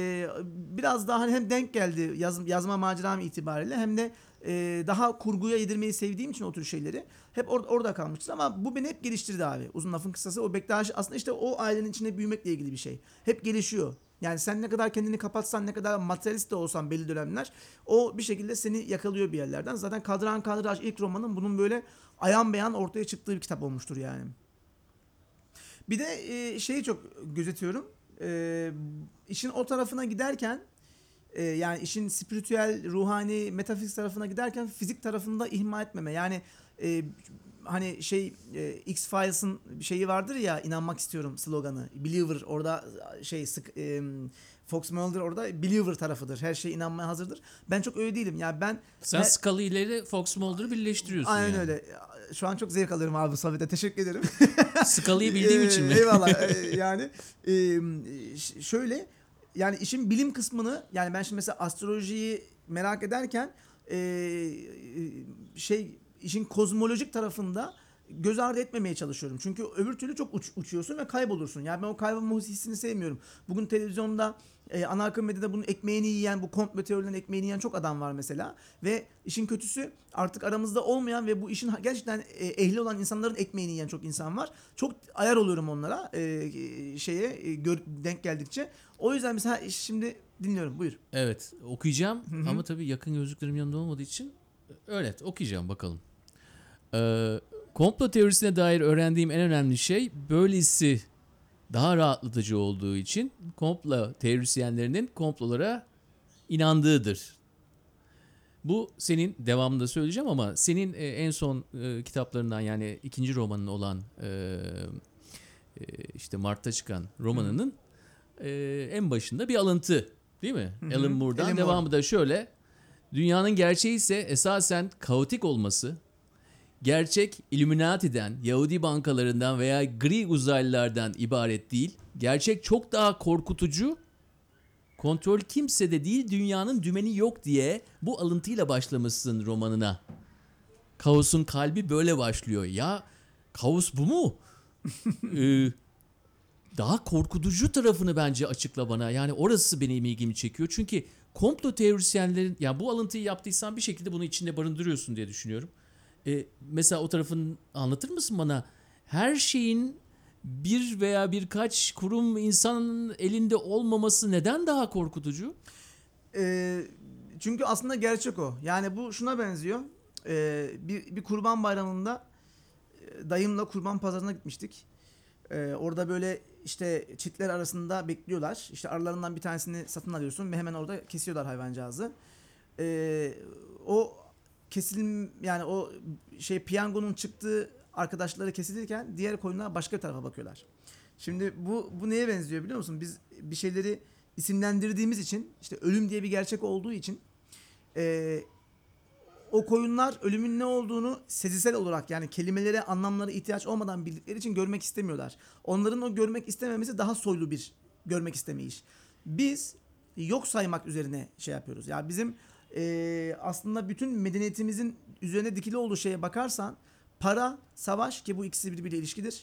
Speaker 3: Biraz daha hem denk geldi yazma maceram itibariyle hem de daha kurguya yedirmeyi sevdiğim için o tür şeyleri hep orada kalmıştır ama bu beni hep geliştirdi abi. Uzun lafın kısası o Bektaşi aslında işte o ailenin içinde büyümekle ilgili bir şey. Hep gelişiyor. Yani sen ne kadar kendini kapatsan ne kadar materyalist de olsan belli dönemler o bir şekilde seni yakalıyor bir yerlerden. Zaten Kadran Kadraj ilk romanın bunun böyle ayan beyan ortaya çıktığı bir kitap olmuştur yani. Bir de çok gözetiyorum. İşin o tarafına giderken Yani işin spiritüel, ruhani, metafizik tarafına giderken fizik tarafında ihmal etmeme. Yani hani X-Files'ın şeyi vardır ya, inanmak istiyorum sloganı. Believer orada Fox Mulder orada believer tarafıdır. Her şeye inanmaya hazırdır. Ben çok öyle değilim. Yani ben
Speaker 4: Sen Scully ile Fox Mulder'ı birleştiriyorsun
Speaker 3: aynen
Speaker 4: yani.
Speaker 3: öyle. Şu an çok zevk alıyorum abi bu sohbete. Teşekkür ederim.
Speaker 4: Scully'yi bildiğim için mi?
Speaker 3: Eyvallah. Yani şöyle, yani işin bilim kısmını, yani ben şimdi mesela astrolojiyi merak ederken işin kozmolojik tarafında göz ardı etmemeye çalışıyorum. Çünkü öbür türlü çok uçuyorsun ve kaybolursun. Yani ben o kaybolma hissini sevmiyorum. Bugün televizyonda ana akım medyada bunun ekmeğini yiyen, bu komplo teorilerinin ekmeğini yiyen çok adam var mesela. Ve işin kötüsü, artık aramızda olmayan ve bu işin gerçekten ehli olan insanların ekmeğini yiyen çok insan var. Çok ayar oluyorum onlara denk geldikçe. O yüzden mesela şimdi dinliyorum, buyur.
Speaker 4: Evet, okuyacağım ama tabii yakın gözlüklerim yanında olmadığı için evet, okuyacağım bakalım. Komplo teorisine dair öğrendiğim en önemli şey, böylesi daha rahatlatıcı olduğu için komplo teorisyenlerinin komplolara inandığıdır. Bu senin devamında söyleyeceğim ama senin en son kitaplarından, yani ikinci romanın olan işte Mart'ta çıkan romanının en başında bir alıntı, değil mi? Alan Moore'dan.
Speaker 3: Alan
Speaker 4: Devamı
Speaker 3: Moore.
Speaker 4: da şöyle: dünyanın gerçeği ise esasen kaotik olması, gerçek Illuminati'den, Yahudi bankalarından veya gri uzaylılardan ibaret değil, gerçek çok daha korkutucu, kontrol kimsede değil, dünyanın dümeni yok diye bu alıntıyla başlamışsın romanına. Kaos'un kalbi böyle başlıyor. Ya kaos bu mu? Daha korkutucu tarafını bence açıkla bana. Yani orası benim ilgimi çekiyor. Çünkü komplo teorisyenlerin, yani bu alıntıyı yaptıysan bir şekilde bunu içinde barındırıyorsun diye düşünüyorum. Mesela o tarafını anlatır mısın bana? Her şeyin bir veya birkaç kurum insanın elinde olmaması neden daha korkutucu?
Speaker 3: Çünkü aslında gerçek o. Yani bu şuna benziyor. Bir kurban bayramında dayımla kurban pazarına gitmiştik. Orada böyle işte çiftler arasında bekliyorlar. İşte aralarından bir tanesini satın alıyorsun ve hemen orada kesiyorlar hayvancağızı. O yani o piyangonun çıktığı arkadaşları kesilirken diğer koyunlar başka bir tarafa bakıyorlar. Şimdi bu neye benziyor biliyor musun? Biz bir şeyleri isimlendirdiğimiz için, işte ölüm diye bir gerçek olduğu için o koyunlar ölümün ne olduğunu sezgisel olarak, yani kelimelere, anlamlara ihtiyaç olmadan bildikleri için görmek istemiyorlar. Onların o görmek istememesi daha soylu bir görmek istemeyiş. Biz yok saymak üzerine yapıyoruz. Yani bizim aslında bütün medeniyetimizin üzerine dikili olduğu şeye bakarsan, para, savaş, ki bu ikisi birbiriyle ilişkidir.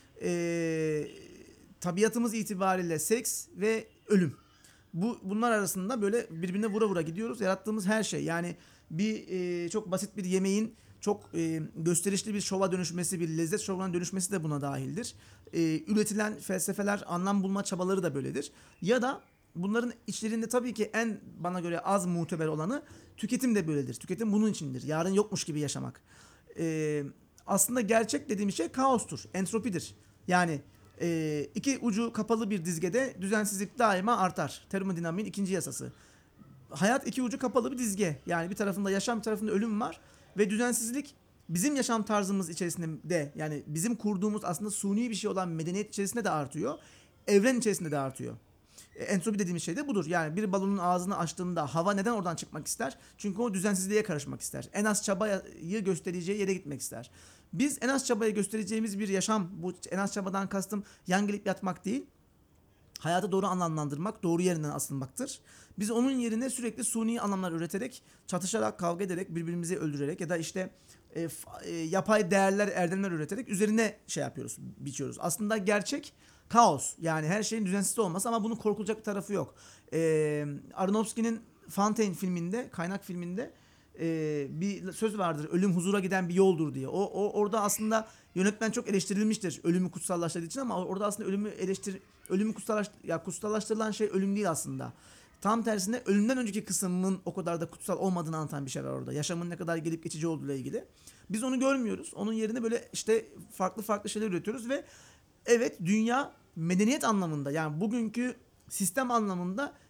Speaker 3: Tabiatımız itibariyle seks ve ölüm. Bunlar arasında böyle birbirine vura vura gidiyoruz. Yarattığımız her şey, yani çok basit bir yemeğin çok gösterişli bir şova dönüşmesi, bir lezzet şovuna dönüşmesi de buna dahildir. Üretilen felsefeler, anlam bulma çabaları da böyledir. Ya da bunların içlerinde tabii ki en bana göre az muteber olanı tüketim de böyledir. Tüketim bunun içindir. Yarın yokmuş gibi yaşamak. Aslında gerçek dediğim şey kaostur, entropidir. Yani iki ucu kapalı bir dizgede düzensizlik daima artar. Termodinamiğin ikinci yasası. Hayat iki ucu kapalı bir dizge. Yani bir tarafında yaşam, bir tarafında ölüm var. Ve düzensizlik bizim yaşam tarzımız içerisinde de, yani bizim kurduğumuz aslında suni bir şey olan medeniyet içerisinde de artıyor. Evren içerisinde de artıyor. Entropi dediğimiz şey de budur. Yani bir balonun ağzını açtığında hava neden oradan çıkmak ister? Çünkü o düzensizliğe karışmak ister. En az çabayı göstereceği yere gitmek ister. Biz en az çabayı göstereceğimiz bir yaşam, bu en az çabadan kastım yan gelip yatmak değil, hayatı doğru anlamlandırmak, doğru yerinden asılmaktır. Biz onun yerine sürekli suni anlamlar üreterek, çatışarak, kavga ederek, birbirimizi öldürerek ya da işte yapay değerler, erdemler üreterek üzerine yapıyoruz, biçiyoruz. Aslında gerçek kaos. Yani her şeyin düzensiz olması, ama bunun korkulacak bir tarafı yok. Aronofsky'nin Fontaine filminde, Kaynak filminde bir söz vardır. Ölüm huzura giden bir yoldur diye. Orada aslında yönetmen çok eleştirilmiştir ölümü kutsallaştırdığı için, ama orada aslında kutsallaştırılan şey ölüm değil aslında. Tam tersine ölümden önceki kısmının o kadar da kutsal olmadığını anlatan bir şey var orada. Yaşamın ne kadar gelip geçici olduğuyla ilgili. Biz onu görmüyoruz. Onun yerine böyle işte farklı farklı şeyler üretiyoruz ve evet, dünya medeniyet anlamında, yani bugünkü sistem anlamında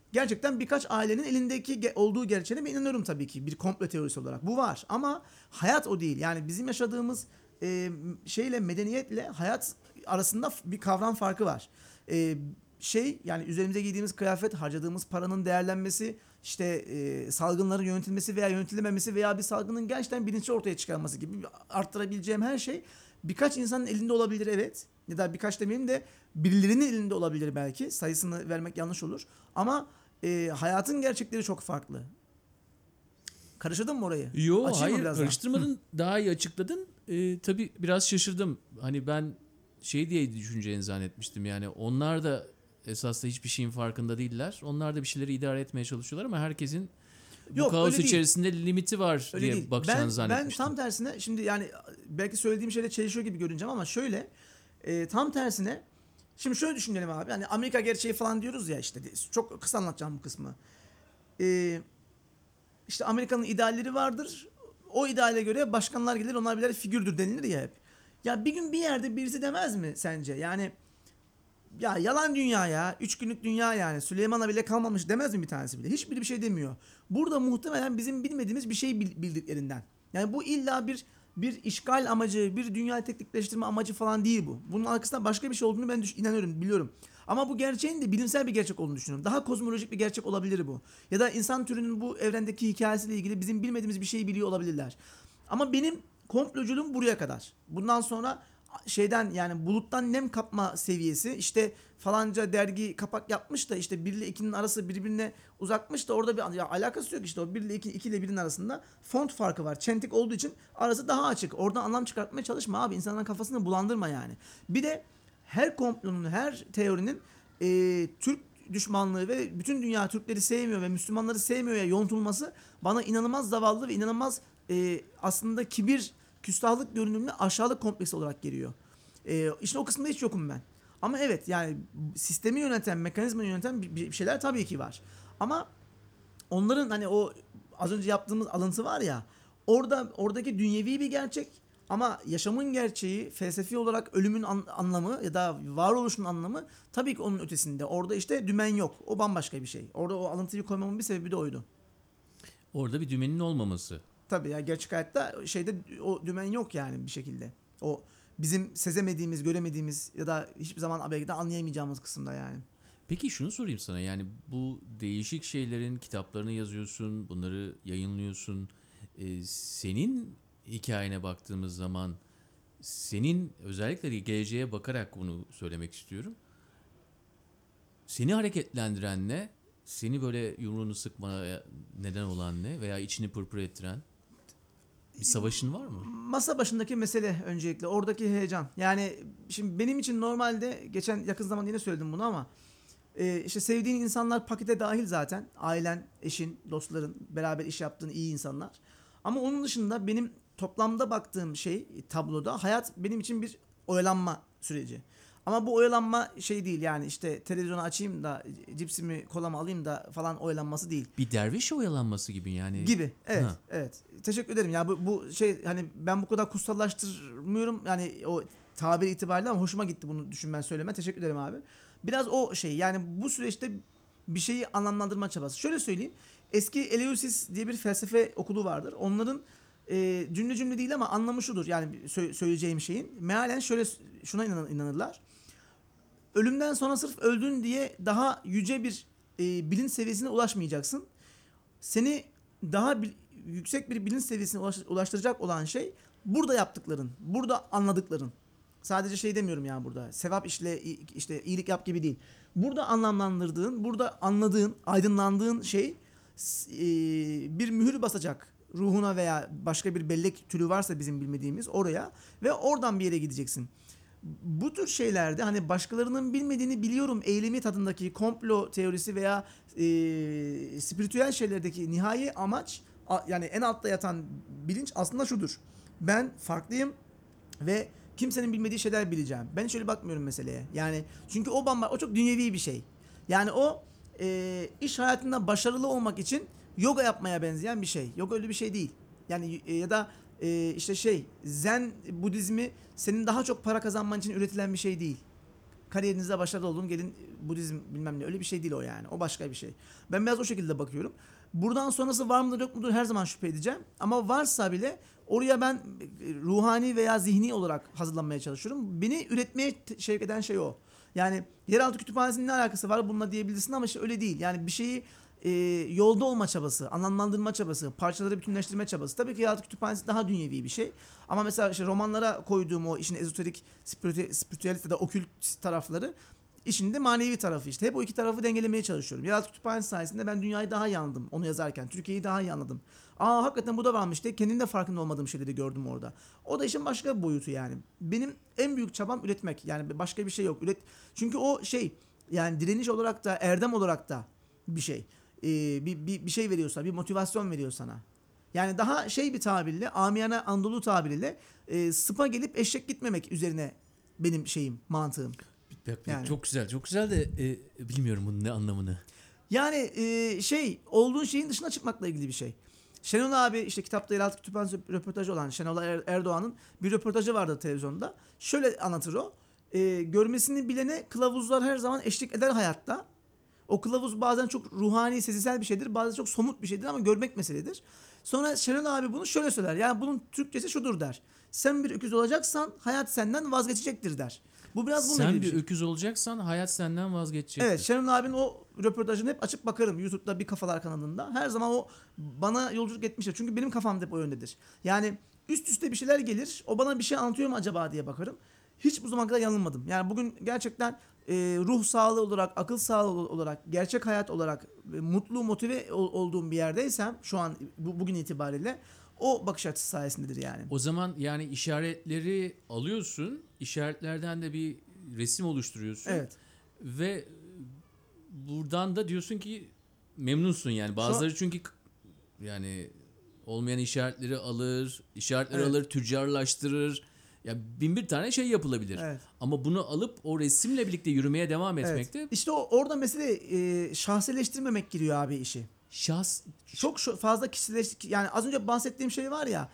Speaker 3: gerçekten birkaç ailenin elindeki olduğu gerçeğine ben inanıyorum tabii ki bir komplo teorisi olarak. Bu var ama hayat o değil. Yani bizim yaşadığımız şeyle medeniyetle hayat arasında bir kavram farkı var. Yani üzerimize giydiğimiz kıyafet, harcadığımız paranın değerlenmesi, işte salgınların yönetilmesi veya yönetilmemesi veya bir salgının gerçekten bilinçli ortaya çıkarması gibi arttırabileceğim her şey birkaç insanın elinde olabilir, evet. Ya da birkaç demeyeyim de birilerinin elinde olabilir belki. Sayısını vermek yanlış olur. Ama hayatın gerçekleri çok farklı. Karıştırdın mı orayı?
Speaker 4: Yo,
Speaker 3: Açayım mı
Speaker 4: hayır,
Speaker 3: biraz daha?
Speaker 4: karıştırmadın. Daha iyi açıkladın. Tabii biraz şaşırdım. Hani ben şey diye düşüneceğini zannetmiştim. Yani onlar da esasında hiçbir şeyin farkında değiller. Onlar da bir şeyleri idare etmeye çalışıyorlar ama herkesin bu
Speaker 3: Yok,
Speaker 4: kaos
Speaker 3: öyle değil.
Speaker 4: içerisinde limiti var
Speaker 3: Öyle
Speaker 4: diye
Speaker 3: değil.
Speaker 4: bakacağını zannetmiştim.
Speaker 3: Ben tam tersine şimdi yani belki söylediğim şeyle çelişiyor gibi görüneceğim ama şöyle tam tersine şimdi şöyle düşünelim abi. Hani Amerika gerçeği falan diyoruz ya işte çok kısa anlatacağım bu kısmı. İşte Amerika'nın idealleri vardır. O ideale göre başkanlar gelir, onlar birer figürdür denilir ya hep. Ya bir gün bir yerde birisi demez mi sence? Yani ya yalan dünya ya. 3 günlük dünya yani. Süleyman'a bile kalmamış demez mi bir tanesi bile? Hiçbiri bir şey demiyor. Burada muhtemelen bizim bilmediğimiz bir şey bildiklerinden. Yani bu illa bir işgal amacı, bir dünya teknikleştirme amacı falan değil bu. Bunun arkasında başka bir şey olduğunu ben inanıyorum, biliyorum. Ama bu gerçeğin de bilimsel bir gerçek olduğunu düşünüyorum. Daha kozmolojik bir gerçek olabilir bu. Ya da insan türünün bu evrendeki hikayesiyle ilgili bizim bilmediğimiz bir şeyi biliyor olabilirler. Ama benim komploculuğum buraya kadar. Bundan sonra şeyden yani buluttan nem kapma seviyesi, işte falanca dergi kapak yapmış da işte 1 ile 2'nin arası birbirine uzakmış da orada bir alakası yok, işte o 1 ile 2 ile 1'in arasında font farkı var. Çentik olduğu için arası daha açık. Oradan anlam çıkartmaya çalışma abi. İnsanların kafasını bulandırma yani. Bir de her komplonun, her teorinin Türk düşmanlığı ve bütün dünya Türkleri sevmiyor ve Müslümanları sevmiyor ya yontulması bana inanılmaz zavallı ve inanılmaz aslında kibir, küstahlık görünümlü aşağılık kompleksi olarak geliyor. İşte o kısımda hiç yokum ben. Ama evet yani sistemi yöneten, mekanizmayı yöneten bir şeyler tabii ki var. Ama onların hani o az önce yaptığımız alıntı var ya, oradaki dünyevi bir gerçek ama yaşamın gerçeği, felsefi olarak ölümün anlamı ya da varoluşun anlamı tabii ki onun ötesinde. Orada işte dümen yok. O bambaşka bir şey. Orada o alıntıyı koymamın bir sebebi de oydu.
Speaker 4: Orada bir dümenin olmaması.
Speaker 3: Tabii ya, gerçek hayatta şeyde o dümen yok yani bir şekilde. O bizim sezemediğimiz, göremediğimiz ya da hiçbir zaman belki de anlayamayacağımız kısımda yani.
Speaker 4: Peki şunu sorayım sana, yani bu değişik şeylerin kitaplarını yazıyorsun, bunları yayınlıyorsun. Senin hikayene baktığımız zaman, senin özellikle geleceğe bakarak bunu söylemek istiyorum. Seni hareketlendiren ne? Seni böyle yumruğunu sıkmaya neden olan ne? Veya içini pırpır ettiren bir savaşın var mı?
Speaker 3: Masa başındaki mesele öncelikle. Oradaki heyecan. Yani şimdi benim için normalde geçen yakın zaman yine söyledim bunu ama işte sevdiğin insanlar pakete dahil zaten. Ailen, eşin, dostların, beraber iş yaptığın iyi insanlar. Ama onun dışında benim toplamda baktığım şey tabloda hayat benim için bir oyalanma süreci. Ama bu oyalanma şey değil yani işte televizyonu açayım da cipsimi kolamı alayım da falan oyalanması değil.
Speaker 4: Bir derviş oyalanması gibi yani.
Speaker 3: Gibi. Evet.
Speaker 4: Ha.
Speaker 3: Evet. Teşekkür ederim. Ya bu şey hani ben bu kadar kutsallaştırmıyorum yani o tabir itibariyle ama hoşuma gitti bunu düşünmen, söylemen. Teşekkür ederim abi. Biraz o şey yani bu süreçte bir şeyi anlamlandırma çabası. Şöyle söyleyeyim. Eski Eleusis diye bir felsefe okulu vardır. Onların cümle cümle değil ama anlamı şudur. Yani söyleyeceğim şeyin. Mealen şuna inanırlar. Ölümden sonra sırf öldün diye daha yüce bir bilinç seviyesine ulaşmayacaksın. Seni daha yüksek bir bilinç seviyesine ulaştıracak olan şey burada yaptıkların, burada anladıkların. Sadece şey demiyorum yani burada. Sevap işle işte iyilik yap gibi değil. Burada anlamlandırdığın, burada anladığın, aydınlandığın şey bir mühür basacak ruhuna veya başka bir bellek türü varsa bizim bilmediğimiz oraya ve oradan bir yere gideceksin. Bu tür şeylerde hani başkalarının bilmediğini biliyorum eylemi tadındaki komplo teorisi veya spiritüel şeylerdeki nihai amaç yani en altta yatan bilinç aslında şudur. Ben farklıyım ve kimsenin bilmediği şeyler bileceğim. Ben hiç öyle bakmıyorum meseleye. Yani çünkü o çok dünyevi bir şey. Yani o iş hayatında başarılı olmak için yoga yapmaya benzeyen bir şey. Yoga öyle bir şey değil. Yani ya da işte Zen Budizmi senin daha çok para kazanman için üretilen bir şey değil. kariyerinizde başarılı olun gelin Budizm bilmem ne, öyle bir şey değil o yani. O başka bir şey. Ben biraz o şekilde bakıyorum. Buradan sonrası var mıdır yok mudur her zaman şüphe edeceğim. Ama varsa bile oraya ben ruhani veya zihni olarak hazırlanmaya çalışıyorum. Beni üretmeye sevk eden şey o. Yani yeraltı kütüphanesinin ne alakası var bununla diyebilirsin ama işte öyle değil. Yani bir şeyi yolda olma çabası, anlamlandırma çabası, parçaları bütünleştirme çabası. Tabii ki yeraltı kütüphanesi daha dünyevi bir şey. Ama mesela işte romanlara koyduğum o işin ezoterik, spiritüelite de okült tarafları, işin de manevi tarafı işte. Hep o iki tarafı dengelemeye çalışıyorum. Yeraltı kütüphanesi sayesinde ben dünyayı daha iyi anladım onu yazarken. Türkiye'yi daha iyi anladım. Aa hakikaten bu da varmış diye kendim de farkında olmadığım şeyleri gördüm orada. O da işin başka bir boyutu yani. Benim en büyük çabam üretmek. Yani başka bir şey yok. Çünkü o şey yani direniş olarak da erdem olarak da bir şey. Bir şey veriyor sana, bir motivasyon veriyor sana. Yani daha şey bir tabirle, amiyane Anadolu tabiriyle sıpa gelip eşek gitmemek üzerine benim şeyim, mantığım. Yani.
Speaker 4: Çok güzel, çok güzel de bilmiyorum bunun ne anlamını.
Speaker 3: Yani olduğun şeyin dışına çıkmakla ilgili bir şey. Şenol abi işte kitapta Yeraltı Kütüphanesi röportajı olan Şenol Erdoğan'ın bir röportajı vardı televizyonda. Şöyle anlatır o. Görmesini bilene kılavuzlar her zaman eşlik eder hayatta. O kılavuz bazen çok ruhani, sezisel bir şeydir. Bazen çok somut bir şeydir ama görmek meseledir. Sonra Şenol abi bunu şöyle söyler. Yani bunun Türkçesi şudur der. Sen bir öküz olacaksan hayat senden vazgeçecektir der. Bu biraz bununla
Speaker 4: Sen
Speaker 3: ilgili
Speaker 4: bir
Speaker 3: şey.
Speaker 4: öküz olacaksan hayat senden vazgeçecektir.
Speaker 3: Evet, Şenol abinin o röportajını hep açıp bakarım YouTube'da Bir Kafalar kanalında. Her zaman o bana yolculuk etmiştir. Çünkü benim kafam da hep o yöndedir. Yani üst üste bir şeyler gelir. O bana bir şey anlatıyor mu acaba diye bakarım. Hiç bu zamana kadar yanılmadım. Yani bugün gerçekten ruh sağlığı olarak, akıl sağlığı olarak, gerçek hayat olarak mutlu, motive olduğum bir yerdeysem şu an bugün itibariyle o bakış açısı sayesindedir yani.
Speaker 4: O zaman yani işaretleri alıyorsun, işaretlerden de bir resim oluşturuyorsun.
Speaker 3: Evet.
Speaker 4: Ve buradan da diyorsun ki memnunsun yani. Bazıları çünkü yani olmayan işaretleri alır, işaretleri
Speaker 3: Evet.
Speaker 4: alır, tüccarlaştırır. Ya bin bir tane şey yapılabilir.
Speaker 3: Evet.
Speaker 4: Ama bunu alıp o resimle birlikte yürümeye devam etmek de
Speaker 3: İşte orada mesele şahsileştirmemek giriyor abi işi.
Speaker 4: şahs
Speaker 3: Çok fazla yani az önce bahsettiğim şey var ya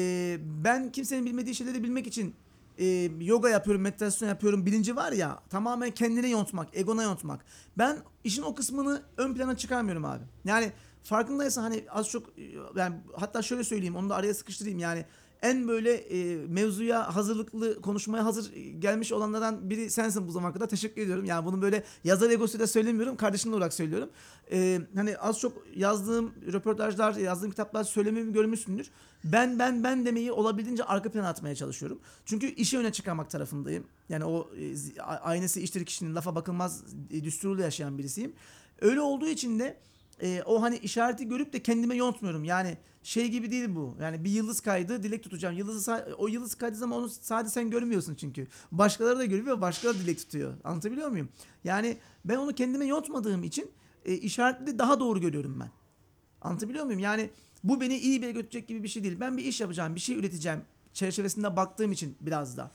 Speaker 3: ben kimsenin bilmediği şeyleri bilmek için yoga yapıyorum, meditasyon yapıyorum bilinci var ya tamamen kendine yontmak, egona yontmak. Ben işin o kısmını ön plana çıkarmıyorum abi. Yani farkındaysan hani az çok yani hatta şöyle söyleyeyim onu da araya sıkıştırayım yani en böyle mevzuya hazırlıklı konuşmaya hazır gelmiş olanlardan biri sensin bu zamana kadar. Teşekkür ediyorum. Yani bunu böyle yazar egosuyla söylemiyorum. Kardeşim olarak söylüyorum. Hani az çok yazdığım röportajlar, yazdığım kitaplar söylememi görmüşsündür. Ben demeyi olabildiğince arka plana atmaya çalışıyorum. Çünkü işi öne çıkarmak tarafındayım. Yani o aynası iştir kişinin lafa bakılmaz düsturuyla yaşayan birisiyim. Öyle olduğu için de o hani işareti görüp de kendime yontmuyorum. Yani şey gibi değil bu. Yani bir yıldız kaydı, dilek tutacağım. O yıldız kaydığı zaman onu sadece sen görmüyorsun çünkü. Başkaları da görüyor ve başkaları da dilek tutuyor. Anlatabiliyor muyum? Yani ben onu kendime yontmadığım için işaretleri daha doğru görüyorum ben. Anlatabiliyor muyum? Yani bu beni iyi bir yere götürecek gibi bir şey değil. Ben bir iş yapacağım, bir şey üreteceğim çerçevesinde baktığım için biraz da.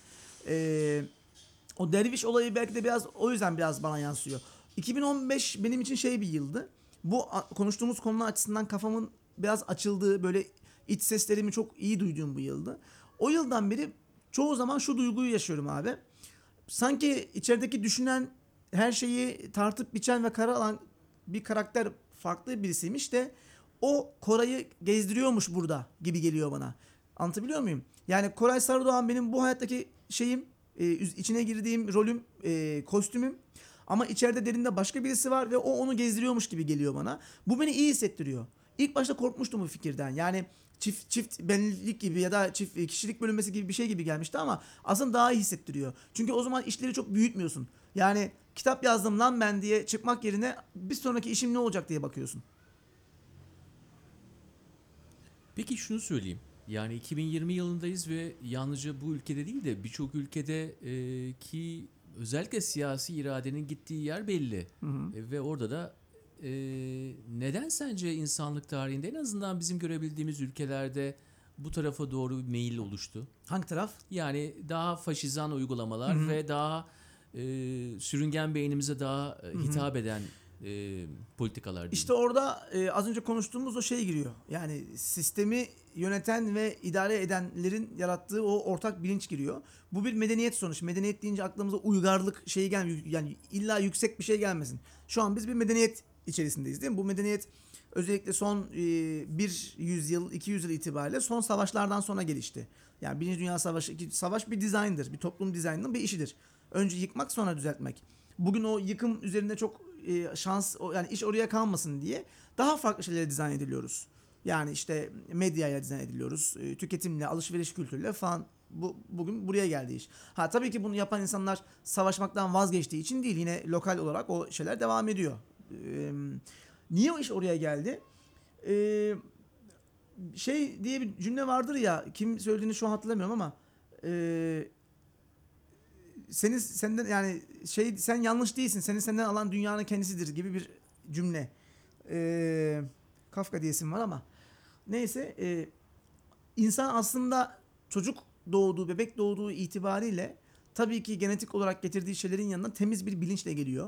Speaker 3: O derviş olayı belki de o yüzden biraz bana yansıyor. 2015 benim için şey bir yıldı. Bu konuştuğumuz konular açısından kafamın biraz açıldığı, böyle iç seslerimi çok iyi duyduğum bu yıldı. O yıldan beri çoğu zaman şu duyguyu yaşıyorum abi. Sanki içerideki düşünen, her şeyi tartıp biçen ve karar alan bir karakter farklı birisiymiş de o Koray'ı gezdiriyormuş burada gibi geliyor bana. Anlatabiliyor muyum? Yani Koray Sarıdoğan benim bu hayattaki şeyim, içine girdiğim rolüm, kostümüm. Ama içeride derinde başka birisi var ve o onu gezdiriyormuş gibi geliyor bana. Bu beni iyi hissettiriyor. İlk başta korkmuştum bu fikirden. Yani çift benlik gibi ya da çift kişilik bölünmesi gibi bir şey gibi gelmişti ama aslında daha iyi hissettiriyor. Çünkü o zaman işleri çok büyütmüyorsun. Yani kitap yazdım lan ben diye çıkmak yerine bir sonraki işim ne olacak diye bakıyorsun.
Speaker 4: Peki şunu söyleyeyim. Yani 2020 yılındayız ve yalnızca bu ülkede değil de birçok ülkede ki özellikle siyasi iradenin gittiği yer belli. Ve orada da neden sence insanlık tarihinde en azından bizim görebildiğimiz ülkelerde bu tarafa doğru bir meyil oluştu?
Speaker 3: Hangi taraf?
Speaker 4: Yani daha faşizan uygulamalar ve daha sürüngen beynimize daha hitap eden politikalar diyeyim.
Speaker 3: İşte orada az önce konuştuğumuz o şey giriyor. Yani sistemi yöneten ve idare edenlerin yarattığı o ortak bilinç giriyor. Bu bir medeniyet sonuç. Medeniyet deyince aklımıza uygarlık şeyi gelmiyor. Yani illa yüksek bir şey gelmesin. Şu an biz bir medeniyet içerisindeyiz değil mi? Bu medeniyet özellikle son bir yüzyıl, 200 yıl itibariyle son savaşlardan sonra gelişti. Yani Birinci Dünya Savaşı, savaş bir dizayndır. Bir toplum dizaynının bir işidir. Önce yıkmak sonra düzeltmek. Bugün o yıkım üzerinde çok yani iş oraya kalmasın diye daha farklı şeylere dizayn ediliyoruz. Yani işte medyayla dizayn ediliyoruz. Tüketimle, alışveriş kültürüyle falan. Bugün buraya geldi iş. Ha tabii ki bunu yapan insanlar savaşmaktan vazgeçtiği için değil. Yine lokal olarak o şeyler devam ediyor. Niye o iş oraya geldi? Şey diye bir cümle vardır ya, kim söylediğini şu an hatırlamıyorum ama senden yani sen yanlış değilsin. Senden alan dünyanın kendisidir gibi bir cümle. Kafka diyesim var ama neyse, insan aslında bebek doğduğu itibariyle tabii ki genetik olarak getirdiği şeylerin yanına temiz bir bilinçle geliyor.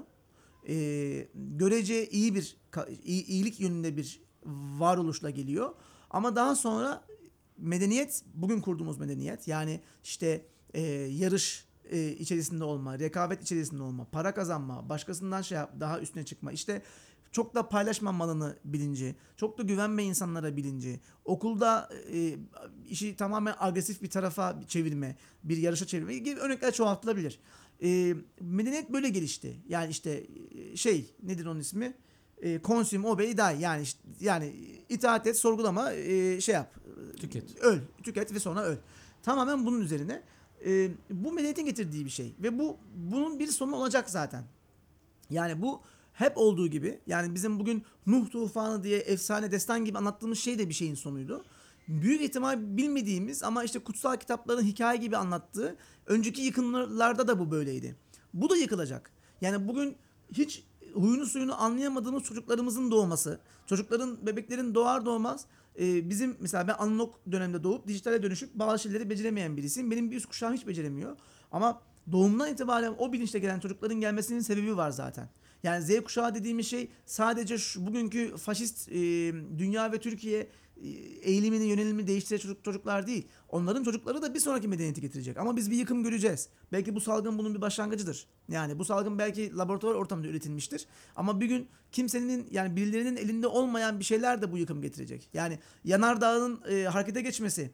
Speaker 3: Görece iyilik yönünde bir varoluşla geliyor. Ama daha sonra medeniyet, bugün kurduğumuz medeniyet, yani işte yarış içerisinde olma, rekabet içerisinde olma, para kazanma, başkasından daha üstüne çıkma, işte çok da paylaşma malını bilinci, çok da güvenme insanlara bilinci, okulda işi tamamen agresif bir tarafa çevirme, bir yarışa çevirme gibi örnekler çoğaltılabilir. Medeniyet böyle gelişti. Yani işte nedir onun ismi? Consume, obey, die. Yani itaat et, sorgulama, yap. Tüket ve sonra öl. Tamamen bunun üzerine. Bu medeniyetin getirdiği bir şey ve bunun bir sonu olacak zaten. Yani bu hep olduğu gibi, yani bizim bugün Nuh tufanı diye efsane, destan gibi anlattığımız şey de bir şeyin sonuydu. Büyük ihtimal bilmediğimiz ama işte kutsal kitapların hikaye gibi anlattığı önceki yıkımlarda da bu böyleydi. Bu da yıkılacak. Yani bugün hiç huyunu suyunu anlayamadığımız çocuklarımızın doğması, bebeklerin doğar doğmaz bizim mesela ben analog dönemde doğup dijitale dönüşüp bazı şeyleri beceremeyen birisiyim. Benim bir üst kuşağım hiç beceremiyor. Ama doğumdan itibaren o bilinçle gelen çocukların gelmesinin sebebi var zaten. Yani Z kuşağı dediğimiz şey sadece bugünkü faşist dünya ve Türkiye eğilimini, yönelimini değiştirecek çocuklar değil. Onların çocukları da bir sonraki medeniyeti getirecek. Ama biz bir yıkım göreceğiz. Belki bu salgın bunun bir başlangıcıdır. Yani bu salgın belki laboratuvar ortamında üretilmiştir. Ama bir gün kimsenin, yani birilerinin elinde olmayan bir şeyler de bu yıkım getirecek. Yani yanardağın harekete geçmesi,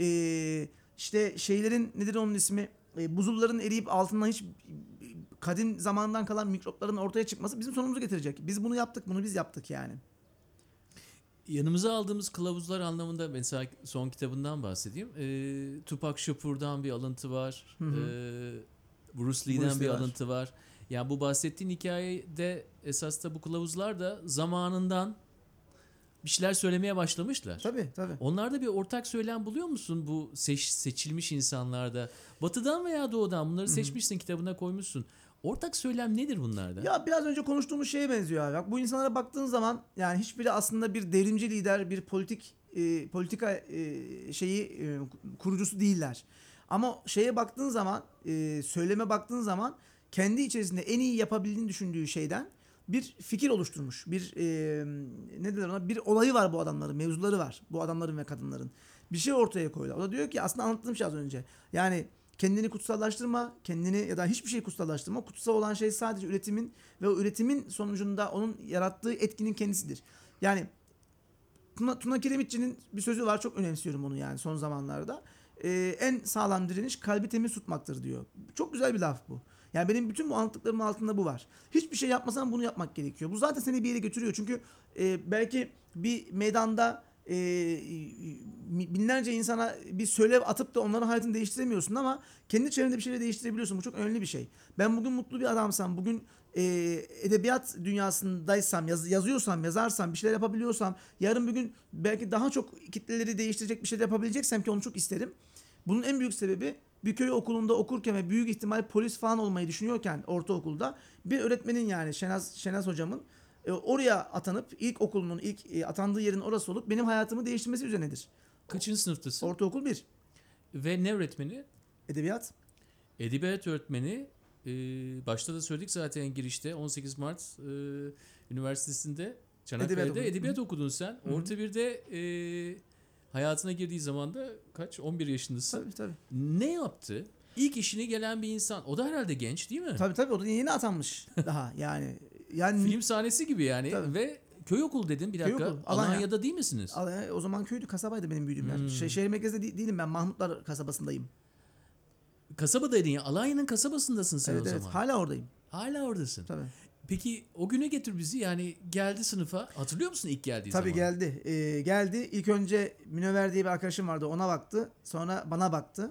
Speaker 3: işte şeylerin, nedir onun ismi, buzulların eriyip altından hiç kadim zamandan kalan mikropların ortaya çıkması bizim sonumuzu getirecek. Biz bunu yaptık, bunu biz yaptık yani.
Speaker 4: Yanımıza aldığımız kılavuzlar anlamında mesela son kitabından bahsedeyim. Tupac Shakur'dan bir alıntı var. Bruce Lee'den bir alıntı var. Yani bu bahsettiğin hikayede esas da bu kılavuzlar da zamanından bir şeyler söylemeye başlamışlar.
Speaker 3: Tabii.
Speaker 4: Onlarda bir ortak söylem buluyor musun bu seçilmiş insanlarda? Batıdan veya doğudan bunları seçmişsin, kitabına koymuşsun. Ortak söylem nedir bunlarda?
Speaker 3: Ya biraz önce konuştuğumuz şeye benziyor abi. Bak, bu insanlara baktığın zaman yani hiçbiri aslında bir devrimci lider, bir politika kurucusu değiller. Ama şeye baktığın zaman, söyleme baktığın zaman kendi içerisinde en iyi yapabildiğini düşündüğü şeyden bir fikir oluşturmuş. Ne derler ona? Bir olayı var bu adamların, mevzuları var bu adamların ve kadınların. Bir şey ortaya koyuyorlar. O da diyor ki, aslında anlattığım şey az önce. Yani kendini kutsallaştırma, ya da hiçbir şey kutsallaştırma. Kutsal olan şey sadece üretimin ve o üretimin sonucunda onun yarattığı etkinin kendisidir. Yani Tuna Kiremitçi'nin bir sözü var, çok önemsiyorum onu yani son zamanlarda. En sağlam direniş kalbi temiz tutmaktır diyor. Çok güzel bir laf bu. Yani benim bütün bu anlattıklarımın altında bu var. Hiçbir şey yapmasan bunu yapmak gerekiyor. Bu zaten seni bir yere götürüyor. Çünkü belki bir meydanda binlerce insana bir söylev atıp da onların hayatını değiştiremiyorsun ama kendi çevrende bir şeyleri değiştirebiliyorsun. Bu çok önemli bir şey. Ben bugün mutlu bir adamsam, bugün edebiyat dünyasındaysam, yazarsam, bir şeyler yapabiliyorsam, yarın bir gün belki daha çok kitleleri değiştirecek bir şeyler yapabileceksem, ki onu çok isterim. Bunun en büyük sebebi, bir köy okulunda okurken ve büyük ihtimal polis falan olmayı düşünüyorken ortaokulda bir öğretmenin, yani Şenaz hocamın oraya atanıp ilk atandığı yerin orası olup benim hayatımı değiştirmesi üzerinedir.
Speaker 4: Kaçıncı sınıftasın?
Speaker 3: Ortaokul 1.
Speaker 4: Ve ne öğretmeni?
Speaker 3: Edebiyat.
Speaker 4: Edebiyat öğretmeni başta da söyledik zaten girişte 18 Mart Üniversitesi'nde Çanakkale'de edebiyat okudun sen. Orta birde hayatına girdiği zaman da kaç? 11 yaşındasın.
Speaker 3: Tabii tabii.
Speaker 4: Ne yaptı? İlk işine gelen bir insan. O da herhalde genç değil mi?
Speaker 3: Tabii o da yeni atanmış daha yani. Yani
Speaker 4: Film sahnesi gibi yani.
Speaker 3: Tabii.
Speaker 4: Ve köy okulu dedim bir
Speaker 3: Köy
Speaker 4: dakika.
Speaker 3: okulu, Alanya.
Speaker 4: Alanya'da değil misiniz?
Speaker 3: O zaman köydü, kasabaydı benim büyüdüğüm yer. Şehir merkezinde değilim ben. Mahmutlar kasabasındayım.
Speaker 4: Kasabadaydın ya. Alanya'nın kasabasındasın sen o
Speaker 3: Evet
Speaker 4: zaman.
Speaker 3: hala oradayım.
Speaker 4: Hala oradasın.
Speaker 3: Tabii.
Speaker 4: Peki o güne getir bizi. Yani geldi sınıfa. Hatırlıyor musun ilk geldiği zaman?
Speaker 3: Tabii geldi. Geldi. İlk önce Münevver diye bir arkadaşım vardı. Ona baktı. Sonra bana baktı.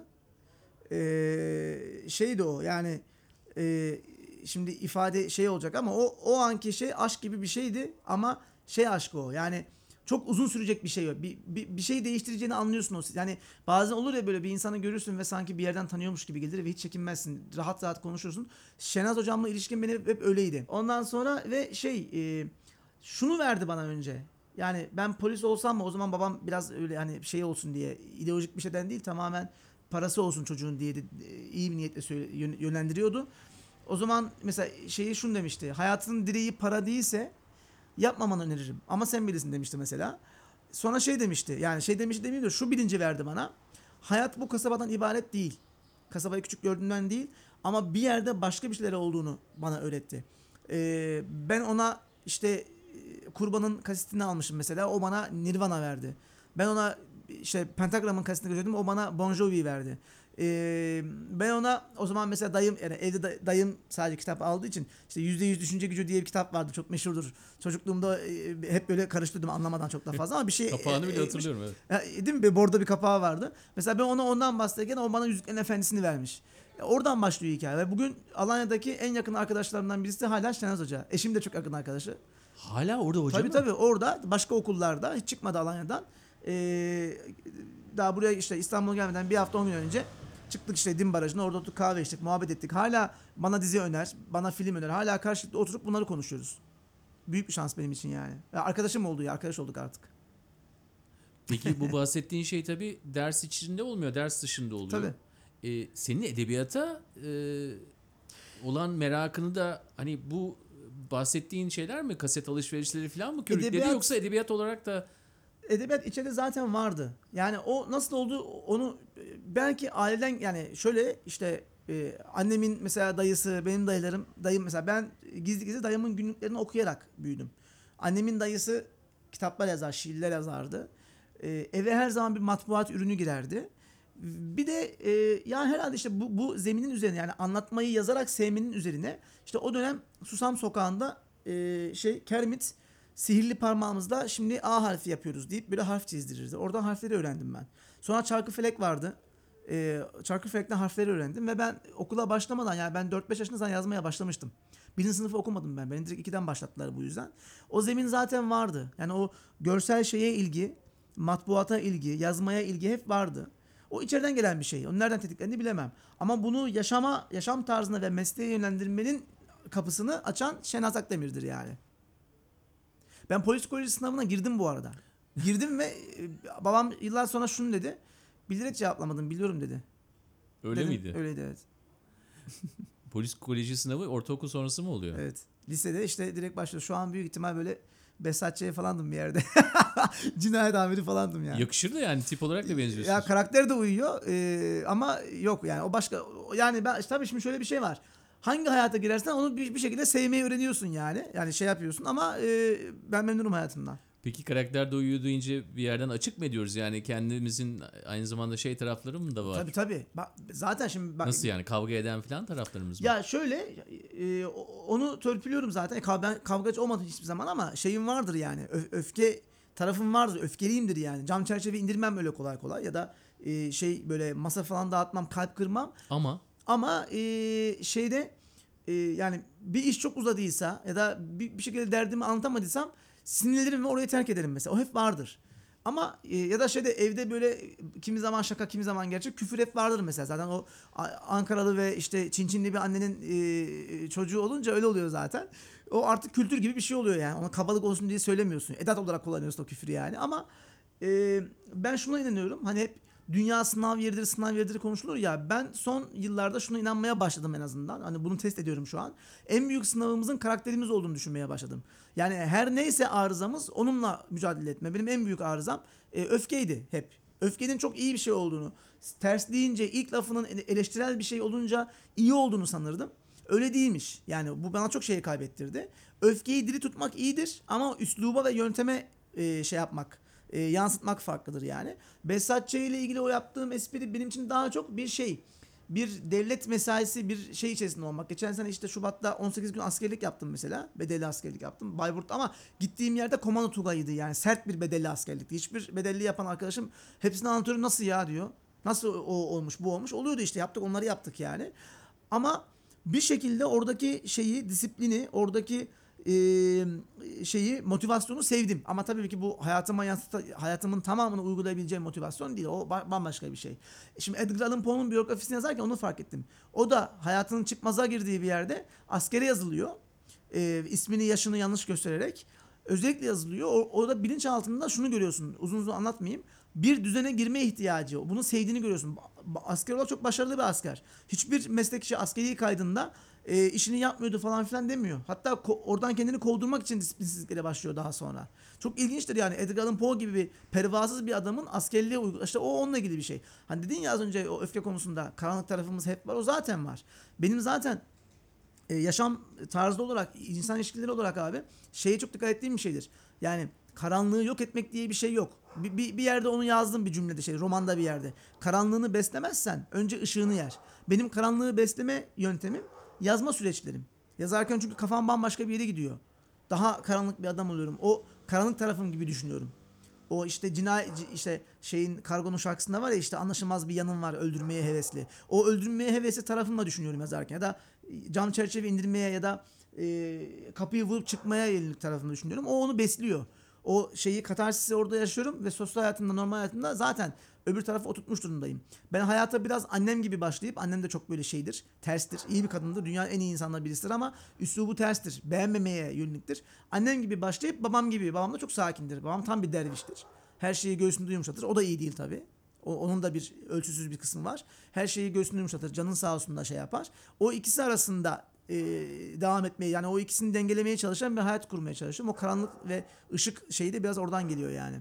Speaker 3: Şeydi o yani şimdi ifade şey olacak ama o anki şey aşk gibi bir şeydi ama şey aşkı o. Yani çok uzun sürecek bir şey o. Bir şey değiştireceğini anlıyorsun o. Yani bazen olur ya böyle bir insanı görürsün ve sanki bir yerden tanıyormuş gibi gelir ve hiç çekinmezsin. Rahat rahat konuşursun. Şenaz hocamla ilişkim benim hep öyleydi. Ondan sonra ve şunu verdi bana önce. Yani ben polis olsam mı o zaman babam biraz öyle hani şey olsun diye ideolojik bir şeyden değil tamamen parası olsun çocuğun diye de iyi bir niyetle yönlendiriyordu. O zaman mesela şunu demişti. Hayatının direği para değilse yapmamanı öneririm. Ama sen bilirsin demişti mesela. Sonra demişti. Yani demişti demeyeyim de şu bilinci verdi bana. Hayat bu kasabadan ibaret değil. Kasabayı küçük gördüğünden değil. Ama bir yerde başka bir şeyler olduğunu bana öğretti. Ben ona Kurban'ın kasetini almışım mesela. O bana Nirvana verdi. Ben ona Pentagram'ın kasetini götürdüm. O bana Bon Jovi verdi. Ben ona o zaman mesela dayım yani evde dayım sadece kitap aldığı için %100 Düşünce Gücü diye bir kitap vardı. Çok meşhurdur. Çocukluğumda hep böyle karıştırdım anlamadan çok da fazla ama bir şey
Speaker 4: Kapağını bile hatırlıyorum evet.
Speaker 3: Değil mi? Bordo bir kapağı vardı. Mesela ben ona ondan bahsederken o bana Yüzüklerin Efendisi'ni vermiş. Oradan başlıyor hikaye. Ve bugün Alanya'daki en yakın arkadaşlarımdan birisi hala Şenaz Hoca. Eşim de çok yakın arkadaşı.
Speaker 4: Hala orada hoca mı?
Speaker 3: Tabii orada başka okullarda hiç çıkmadı Alanya'dan. Daha buraya İstanbul'a gelmeden bir hafta 10 gün önce çıktık Dim Barajı'na orada oturduk kahve içtik muhabbet ettik. Hala bana dizi öner, bana film öner. Hala karşılıklı oturup bunları konuşuyoruz. Büyük bir şans benim için yani. Arkadaşım oldu ya arkadaş olduk artık.
Speaker 4: Peki bu bahsettiğin şey tabii ders içinde olmuyor, ders dışında oluyor.
Speaker 3: Tabii.
Speaker 4: Senin edebiyata olan merakını da hani bu bahsettiğin şeyler mi? Kaset alışverişleri falan mı körükledi yoksa edebiyat olarak da?
Speaker 3: Edebiyat içeride zaten vardı. Yani o nasıl oldu onu belki aileden yani annemin mesela dayısı, benim dayım mesela ben gizli dayımın günlüklerini okuyarak büyüdüm. Annemin dayısı kitaplar yazar, şiirler yazardı. Eve her zaman bir matbuat ürünü girerdi. Bir de yani herhalde bu zeminin üzerine yani anlatmayı yazarak sevmenin üzerine o dönem Susam Sokağı'nda Kermit sihirli parmağımızla şimdi A harfi yapıyoruz deyip böyle harf çizdirirdi. Oradan harfleri öğrendim ben. Sonra Çarkıfelek vardı. Çarkıfelek'ten harfleri öğrendim ve ben okula başlamadan yani ben 4-5 yaşında yazmaya başlamıştım. Birinci sınıfı okumadım ben. Beni direkt 2'den başlattılar bu yüzden. O zemin zaten vardı. Yani o görsel şeye ilgi, matbuata ilgi, yazmaya ilgi hep vardı. O içeriden gelen bir şey. Onu nereden tetiklendiğini bilemem. Ama bunu yaşam tarzına ve mesleğe yönlendirmenin kapısını açan Şenaz Akdemir'dir yani. Ben polis koleji sınavına girdim bu arada. Girdim ve babam yıllar sonra şunu dedi. Bilerek cevaplamadım biliyorum dedi.
Speaker 4: Öyle
Speaker 3: Dedim,
Speaker 4: miydi?
Speaker 3: Öyleydi evet.
Speaker 4: Polis koleji sınavı ortaokul sonrası mı oluyor?
Speaker 3: Evet. Lisede direkt başlıyor. Şu an büyük ihtimal böyle Behzatçı'ya falandım bir yerde. Cinayet amiri falandım yani.
Speaker 4: Yakışır da yani tip olarak da benziyorsun.
Speaker 3: Ya karakter de uyuyor ama yok yani o başka yani ben tabii şimdi şöyle bir şey var. Hangi hayata girersen onu bir şekilde sevmeyi öğreniyorsun yani. Yani yapıyorsun ama ben memnunum hayatımdan.
Speaker 4: Peki karakter de uyuyor deyince bir yerden açık mı ediyoruz? Yani kendimizin aynı zamanda tarafları mı da var?
Speaker 3: Tabii. Zaten şimdi bak.
Speaker 4: Nasıl yani kavga eden falan taraflarımız mı?
Speaker 3: Ya şöyle onu törpülüyorum zaten. Ben kavgacı olmadım hiçbir zaman ama şeyim vardır yani. Öfke tarafım vardır. Öfkeliyimdir yani. Cam çerçeve indirmem öyle kolay kolay ya da böyle masa falan dağıtmam, kalp kırmam. Ama yani bir iş çok uzadıysa ya da bir şekilde derdimi anlatamadıysam sinirlenirim ve orayı terk ederim mesela. O hep vardır. Ama ya da evde böyle kimi zaman şaka kimi zaman gerçek küfür hep vardır mesela. Zaten o Ankaralı ve Çinçinli bir annenin çocuğu olunca öyle oluyor zaten. O artık kültür gibi bir şey oluyor yani. Ona kabalık olsun diye söylemiyorsun. Edat olarak kullanıyorsun o küfürü yani. Ama ben şuna inanıyorum. Hani hep dünya sınav yeridir konuşulur ya. Ben son yıllarda şuna inanmaya başladım en azından. Hani bunu test ediyorum şu an. En büyük sınavımızın karakterimiz olduğunu düşünmeye başladım. Yani her neyse arızamız onunla mücadele etme. Benim en büyük arızam öfkeydi hep. Öfkenin çok iyi bir şey olduğunu, tersleyince ilk lafının eleştirel bir şey olunca iyi olduğunu sanırdım. Öyle değilmiş. Yani bu bana çok şey kaybettirdi. Öfkeyi diri tutmak iyidir ama üsluba ve yönteme şey yapmak, yansıtmak farklıdır yani. Behzat Ç. ile ilgili o yaptığım espri benim için daha çok bir şey. Bir devlet mesaisi, bir şey içerisinde olmak. Geçen sene işte Şubat'ta 18 gün askerlik yaptım mesela. Bedelli askerlik yaptım. Bayburt'ta ama gittiğim yerde komando tugayıydı yani. Sert bir bedelli askerlikti. Hiçbir bedelli yapan arkadaşım hepsini anlatıyorum, nasıl ya diyor. Nasıl o olmuş, bu olmuş. Oluyordu işte, yaptık, onları yaptık yani. Ama bir şekilde oradaki şeyi, disiplini, oradaki şeyi, motivasyonu sevdim. Ama tabii ki bu hayatımın tamamını uygulayabileceğim motivasyon değil. O bambaşka bir şey. Şimdi Edgar Allan Poe'nun biyografisini yazarken onu fark ettim. O da hayatının çıkmaza girdiği bir yerde askere yazılıyor. İsmini, yaşını yanlış göstererek. Özellikle yazılıyor. Orada bilinçaltında şunu görüyorsun. Uzun uzun anlatmayayım. Bir düzene girme ihtiyacı. Bunu sevdiğini görüyorsun. Asker olarak çok başarılı bir asker. Hiçbir meslekçi askeri kaydında işini yapmıyordu falan filan demiyor. Hatta oradan kendini kovdurmak için disiplinsizliklere başlıyor daha sonra. Çok ilginçtir yani, Edgar Allan Poe gibi bir pervasız bir adamın askerliğe işte o onunla ilgili bir şey. Hani dedin ya az önce o öfke konusunda karanlık tarafımız hep var. O zaten var. Benim zaten yaşam tarzı olarak, insan ilişkileri olarak abi şeye çok dikkat ettiğim bir şeydir. Yani karanlığı yok etmek diye bir şey yok. Bir yerde onu yazdım, bir cümlede, romanda bir yerde. Karanlığını beslemezsen önce ışığını yer. Benim karanlığı besleme yöntemim yazma süreçlerim. Yazarken çünkü kafam bambaşka bir yere gidiyor. Daha karanlık bir adam oluyorum. O karanlık tarafım gibi düşünüyorum. O işte Kargo'nun şarkısında var ya, işte anlaşılmaz bir yanım var, öldürmeye hevesli. O öldürmeye hevesli tarafımla düşünüyorum yazarken. Ya da cam çerçeve indirmeye ya da kapıyı vurup çıkmaya yönelik tarafımla düşünüyorum. O onu besliyor. O şeyi, katarsisi orada yaşıyorum ve sosyal hayatımda, normal hayatımda zaten öbür tarafa oturtmuş durumdayım. Ben hayata biraz annem gibi başlayıp, annem de çok böyle şeydir, terstir, iyi bir kadındır, dünyanın en iyi insanlar birisidir ama üslubu terstir, beğenmemeye yöneliktir. Annem gibi başlayıp babam gibi, babam da çok sakindir, babam tam bir derviştir. Her şeyi göğsünde yumuşatır, o da iyi değil tabii. Onun da bir ölçüsüz bir kısmı var. Her şeyi göğsünde yumuşatır, canın sağ olsun da şey yapar. O ikisi arasında devam etmeyi, yani o ikisini dengelemeye çalışan bir hayat kurmaya çalışıyorum. O karanlık ve ışık şeyi de biraz oradan geliyor yani.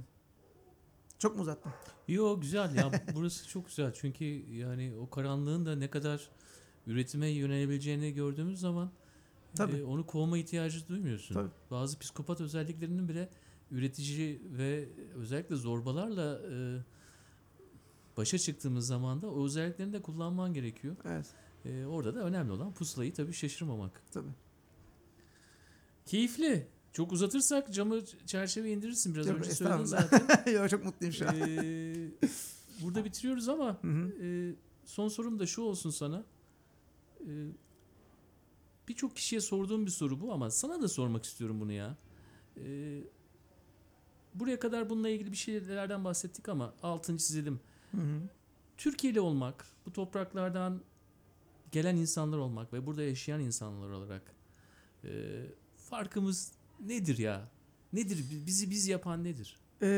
Speaker 3: Çok mu uzattım?
Speaker 4: Yo, güzel ya, burası çok güzel çünkü yani o karanlığın da ne kadar üretime yönelebileceğini gördüğümüz zaman
Speaker 3: Tabii.
Speaker 4: onu kovma ihtiyacı duymuyorsun.
Speaker 3: Tabii.
Speaker 4: Bazı psikopat özelliklerinin bile üretici ve özellikle zorbalarla başa çıktığımız zaman da o özelliklerini de kullanman gerekiyor.
Speaker 3: Evet.
Speaker 4: Orada da önemli olan pusulayı tabii şaşırmamak.
Speaker 3: Tabii.
Speaker 4: Keyifli. Çok uzatırsak camı, çerçeve indirirsin, biraz
Speaker 3: Yok,
Speaker 4: önce söyledin
Speaker 3: estağfurullah.
Speaker 4: zaten.
Speaker 3: Yo, çok mutluyum şu an.
Speaker 4: Burada bitiriyoruz ama
Speaker 3: Hı hı.
Speaker 4: son sorum da şu olsun sana. Birçok kişiye sorduğum bir soru bu ama sana da sormak istiyorum bunu ya. Buraya kadar bununla ilgili bir şeylerden bahsettik ama altını çizelim.
Speaker 3: Hı hı.
Speaker 4: Türkiye'li olmak, bu topraklardan gelen insanlar olmak ve burada yaşayan insanlar olarak farkımız nedir ya? Nedir? Bizi biz yapan nedir?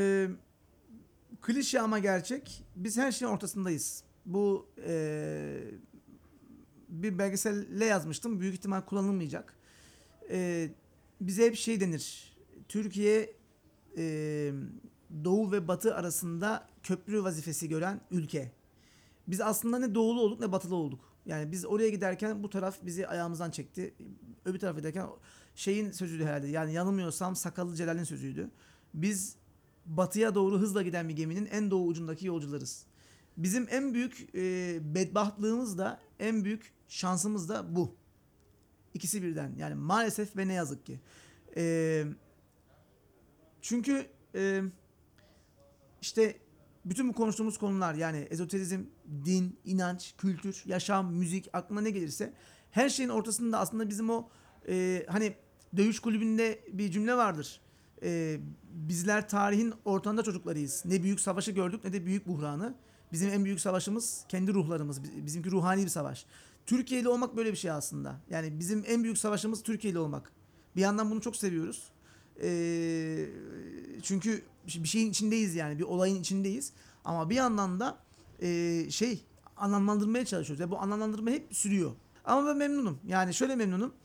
Speaker 3: Klişe ama gerçek. Biz her şeyin ortasındayız. Bu bir belgeselle yazmıştım. Büyük ihtimal kullanılmayacak. Bize hep şey denir. Türkiye Doğu ve Batı arasında köprü vazifesi gören ülke. Biz aslında ne doğulu olduk ne batılı olduk. Yani biz oraya giderken bu taraf bizi ayağımızdan çekti. Öbür tarafa giderken şeyin sözüydü herhalde. Yani yanılmıyorsam Sakallı Celal'in sözüydü. Biz batıya doğru hızla giden bir geminin en doğu ucundaki yolcularız. Bizim en büyük bedbahtlığımız da, en büyük şansımız da bu. İkisi birden. Yani maalesef ve ne yazık ki. Çünkü işte bütün bu konuştuğumuz konular, yani ezoterizm, din, inanç, kültür, yaşam, müzik, aklına ne gelirse her şeyin ortasında aslında bizim o hani dövüş kulübünde bir cümle vardır. Bizler tarihin ortasında çocuklarıyız. Ne büyük savaşı gördük ne de büyük buhranı. Bizim en büyük savaşımız kendi ruhlarımız. Bizimki ruhani bir savaş. Türkiye'li olmak böyle bir şey aslında. Yani bizim en büyük savaşımız Türkiye'li olmak. Bir yandan bunu çok seviyoruz. Çünkü bir şeyin içindeyiz yani. Bir olayın içindeyiz. Ama bir yandan da anlamlandırmaya çalışıyoruz. Bu anlamlandırma hep sürüyor. Ama ben memnunum. Yani şöyle memnunum.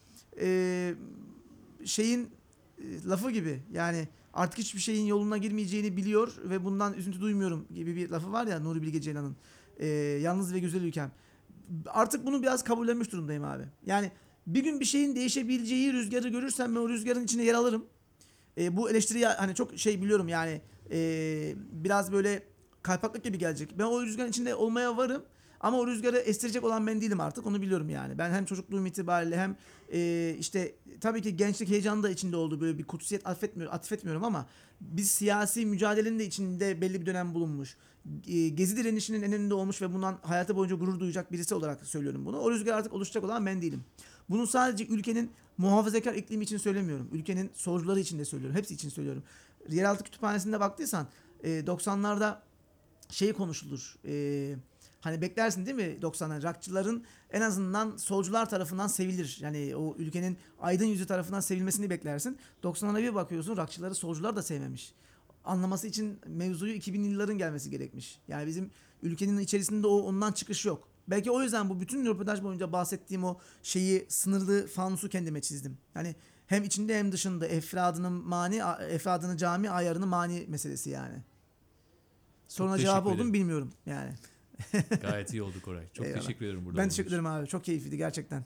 Speaker 3: Lafı gibi, yani artık hiçbir şeyin yoluna girmeyeceğini biliyor ve bundan üzüntü duymuyorum gibi bir lafı var ya Nuri Bilge Ceylan'ın. Yalnız ve güzel ülkem. Artık bunu biraz kabullenmiş durumdayım abi. Yani bir gün bir şeyin değişebileceği rüzgarı görürsem ben o rüzgarın içinde yer alırım. Bu eleştiriyi hani çok biliyorum yani, biraz böyle kaypaklık gibi gelecek. Ben o rüzgarın içinde olmaya varım ama o rüzgarı estirecek olan ben değilim artık, onu biliyorum yani. Ben hem çocukluğum itibariyle hem işte tabii ki gençlik heyecanı da içinde oldu, böyle bir kutsiyet atfetmiyorum ama biz siyasi mücadelenin de içinde belli bir dönem bulunmuş. Gezi direnişinin en önünde olmuş ve bundan hayatı boyunca gurur duyacak birisi olarak söylüyorum bunu. O rüzgar artık oluşacak olan ben değilim. Bunu sadece ülkenin muhafazakar iklimi için söylemiyorum. Ülkenin solcuları için de söylüyorum. Hepsi için söylüyorum. Yeraltı kütüphanesinde baktıysan 90'larda konuşulur. Hani beklersin değil mi 90'lar? Rockçıların en azından solcular tarafından sevilir. Yani o ülkenin aydın yüzü tarafından sevilmesini beklersin. 90'lara bir bakıyorsun, rockçıları solcular da sevmemiş. Anlaması için mevzuyu 2000'li yılların gelmesi gerekmiş. Yani bizim ülkenin içerisinde ondan çıkış yok. Belki o yüzden bu bütün röportaj boyunca bahsettiğim o sınırlı fanusu kendime çizdim. Yani hem içinde hem dışında efradını cami, ayarını mani meselesi yani. Soruna
Speaker 2: teşekkür
Speaker 3: cevap oldu
Speaker 2: ederim.
Speaker 3: mu bilmiyorum yani.
Speaker 2: Gayet iyi oldu Koray. Çok
Speaker 3: Eyvallah.
Speaker 2: teşekkür ederim burada
Speaker 3: Ben
Speaker 2: olduğun
Speaker 3: teşekkür
Speaker 2: için.
Speaker 3: ederim abi. Çok keyifliydi gerçekten.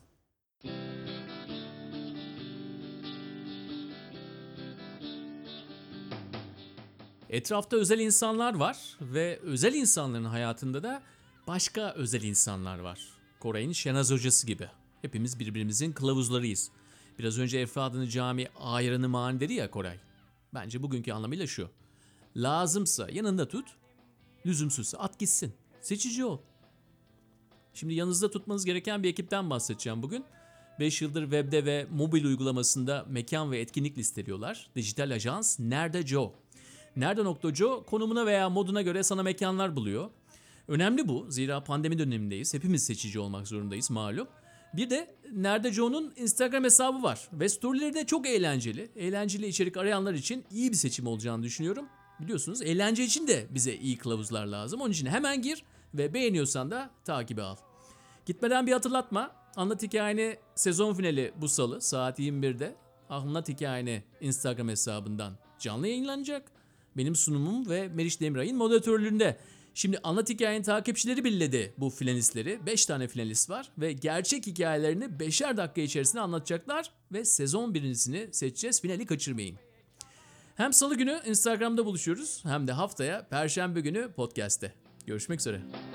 Speaker 2: Etrafta özel insanlar var ve özel insanların hayatında da başka özel insanlar var. Koray'ın Şenaz hocası gibi. Hepimiz birbirimizin kılavuzlarıyız. Biraz önce efradını cami, ayranı mani dedi ya Koray. Bence bugünkü anlamıyla şu. Lazımsa yanında tut, lüzumsuzsa at gitsin. Seçici ol. Şimdi yanınızda tutmanız gereken bir ekipten bahsedeceğim bugün. 5 yıldır webde ve mobil uygulamasında mekan ve etkinlik listeliyorlar. Dijital ajans Nerede Joe. Nerede.co konumuna veya moduna göre sana mekanlar buluyor. Önemli bu. Zira pandemi dönemindeyiz. Hepimiz seçici olmak zorundayız malum. Bir de Nerede Joe'nun Instagram hesabı var. Ve storyleri de çok eğlenceli. Eğlenceli içerik arayanlar için iyi bir seçim olacağını düşünüyorum. Biliyorsunuz eğlence için de bize iyi kılavuzlar lazım. Onun için hemen gir ve beğeniyorsan da takibe al. Gitmeden bir hatırlatma. Anlat Hikayeni sezon finali bu salı saat 21'de. Anlat Hikayeni Instagram hesabından canlı yayınlanacak. Benim sunumum ve Meriç Demiray'ın moderatörlüğünde. Şimdi Anlat Hikayenin takipçileri belirledi bu finalistleri. 5 tane finalist var ve gerçek hikayelerini 5'er dakika içerisinde anlatacaklar ve sezon birincisini seçeceğiz. Finali kaçırmayın. Hem salı günü Instagram'da buluşuyoruz hem de haftaya Perşembe günü podcast'te. Görüşmek üzere.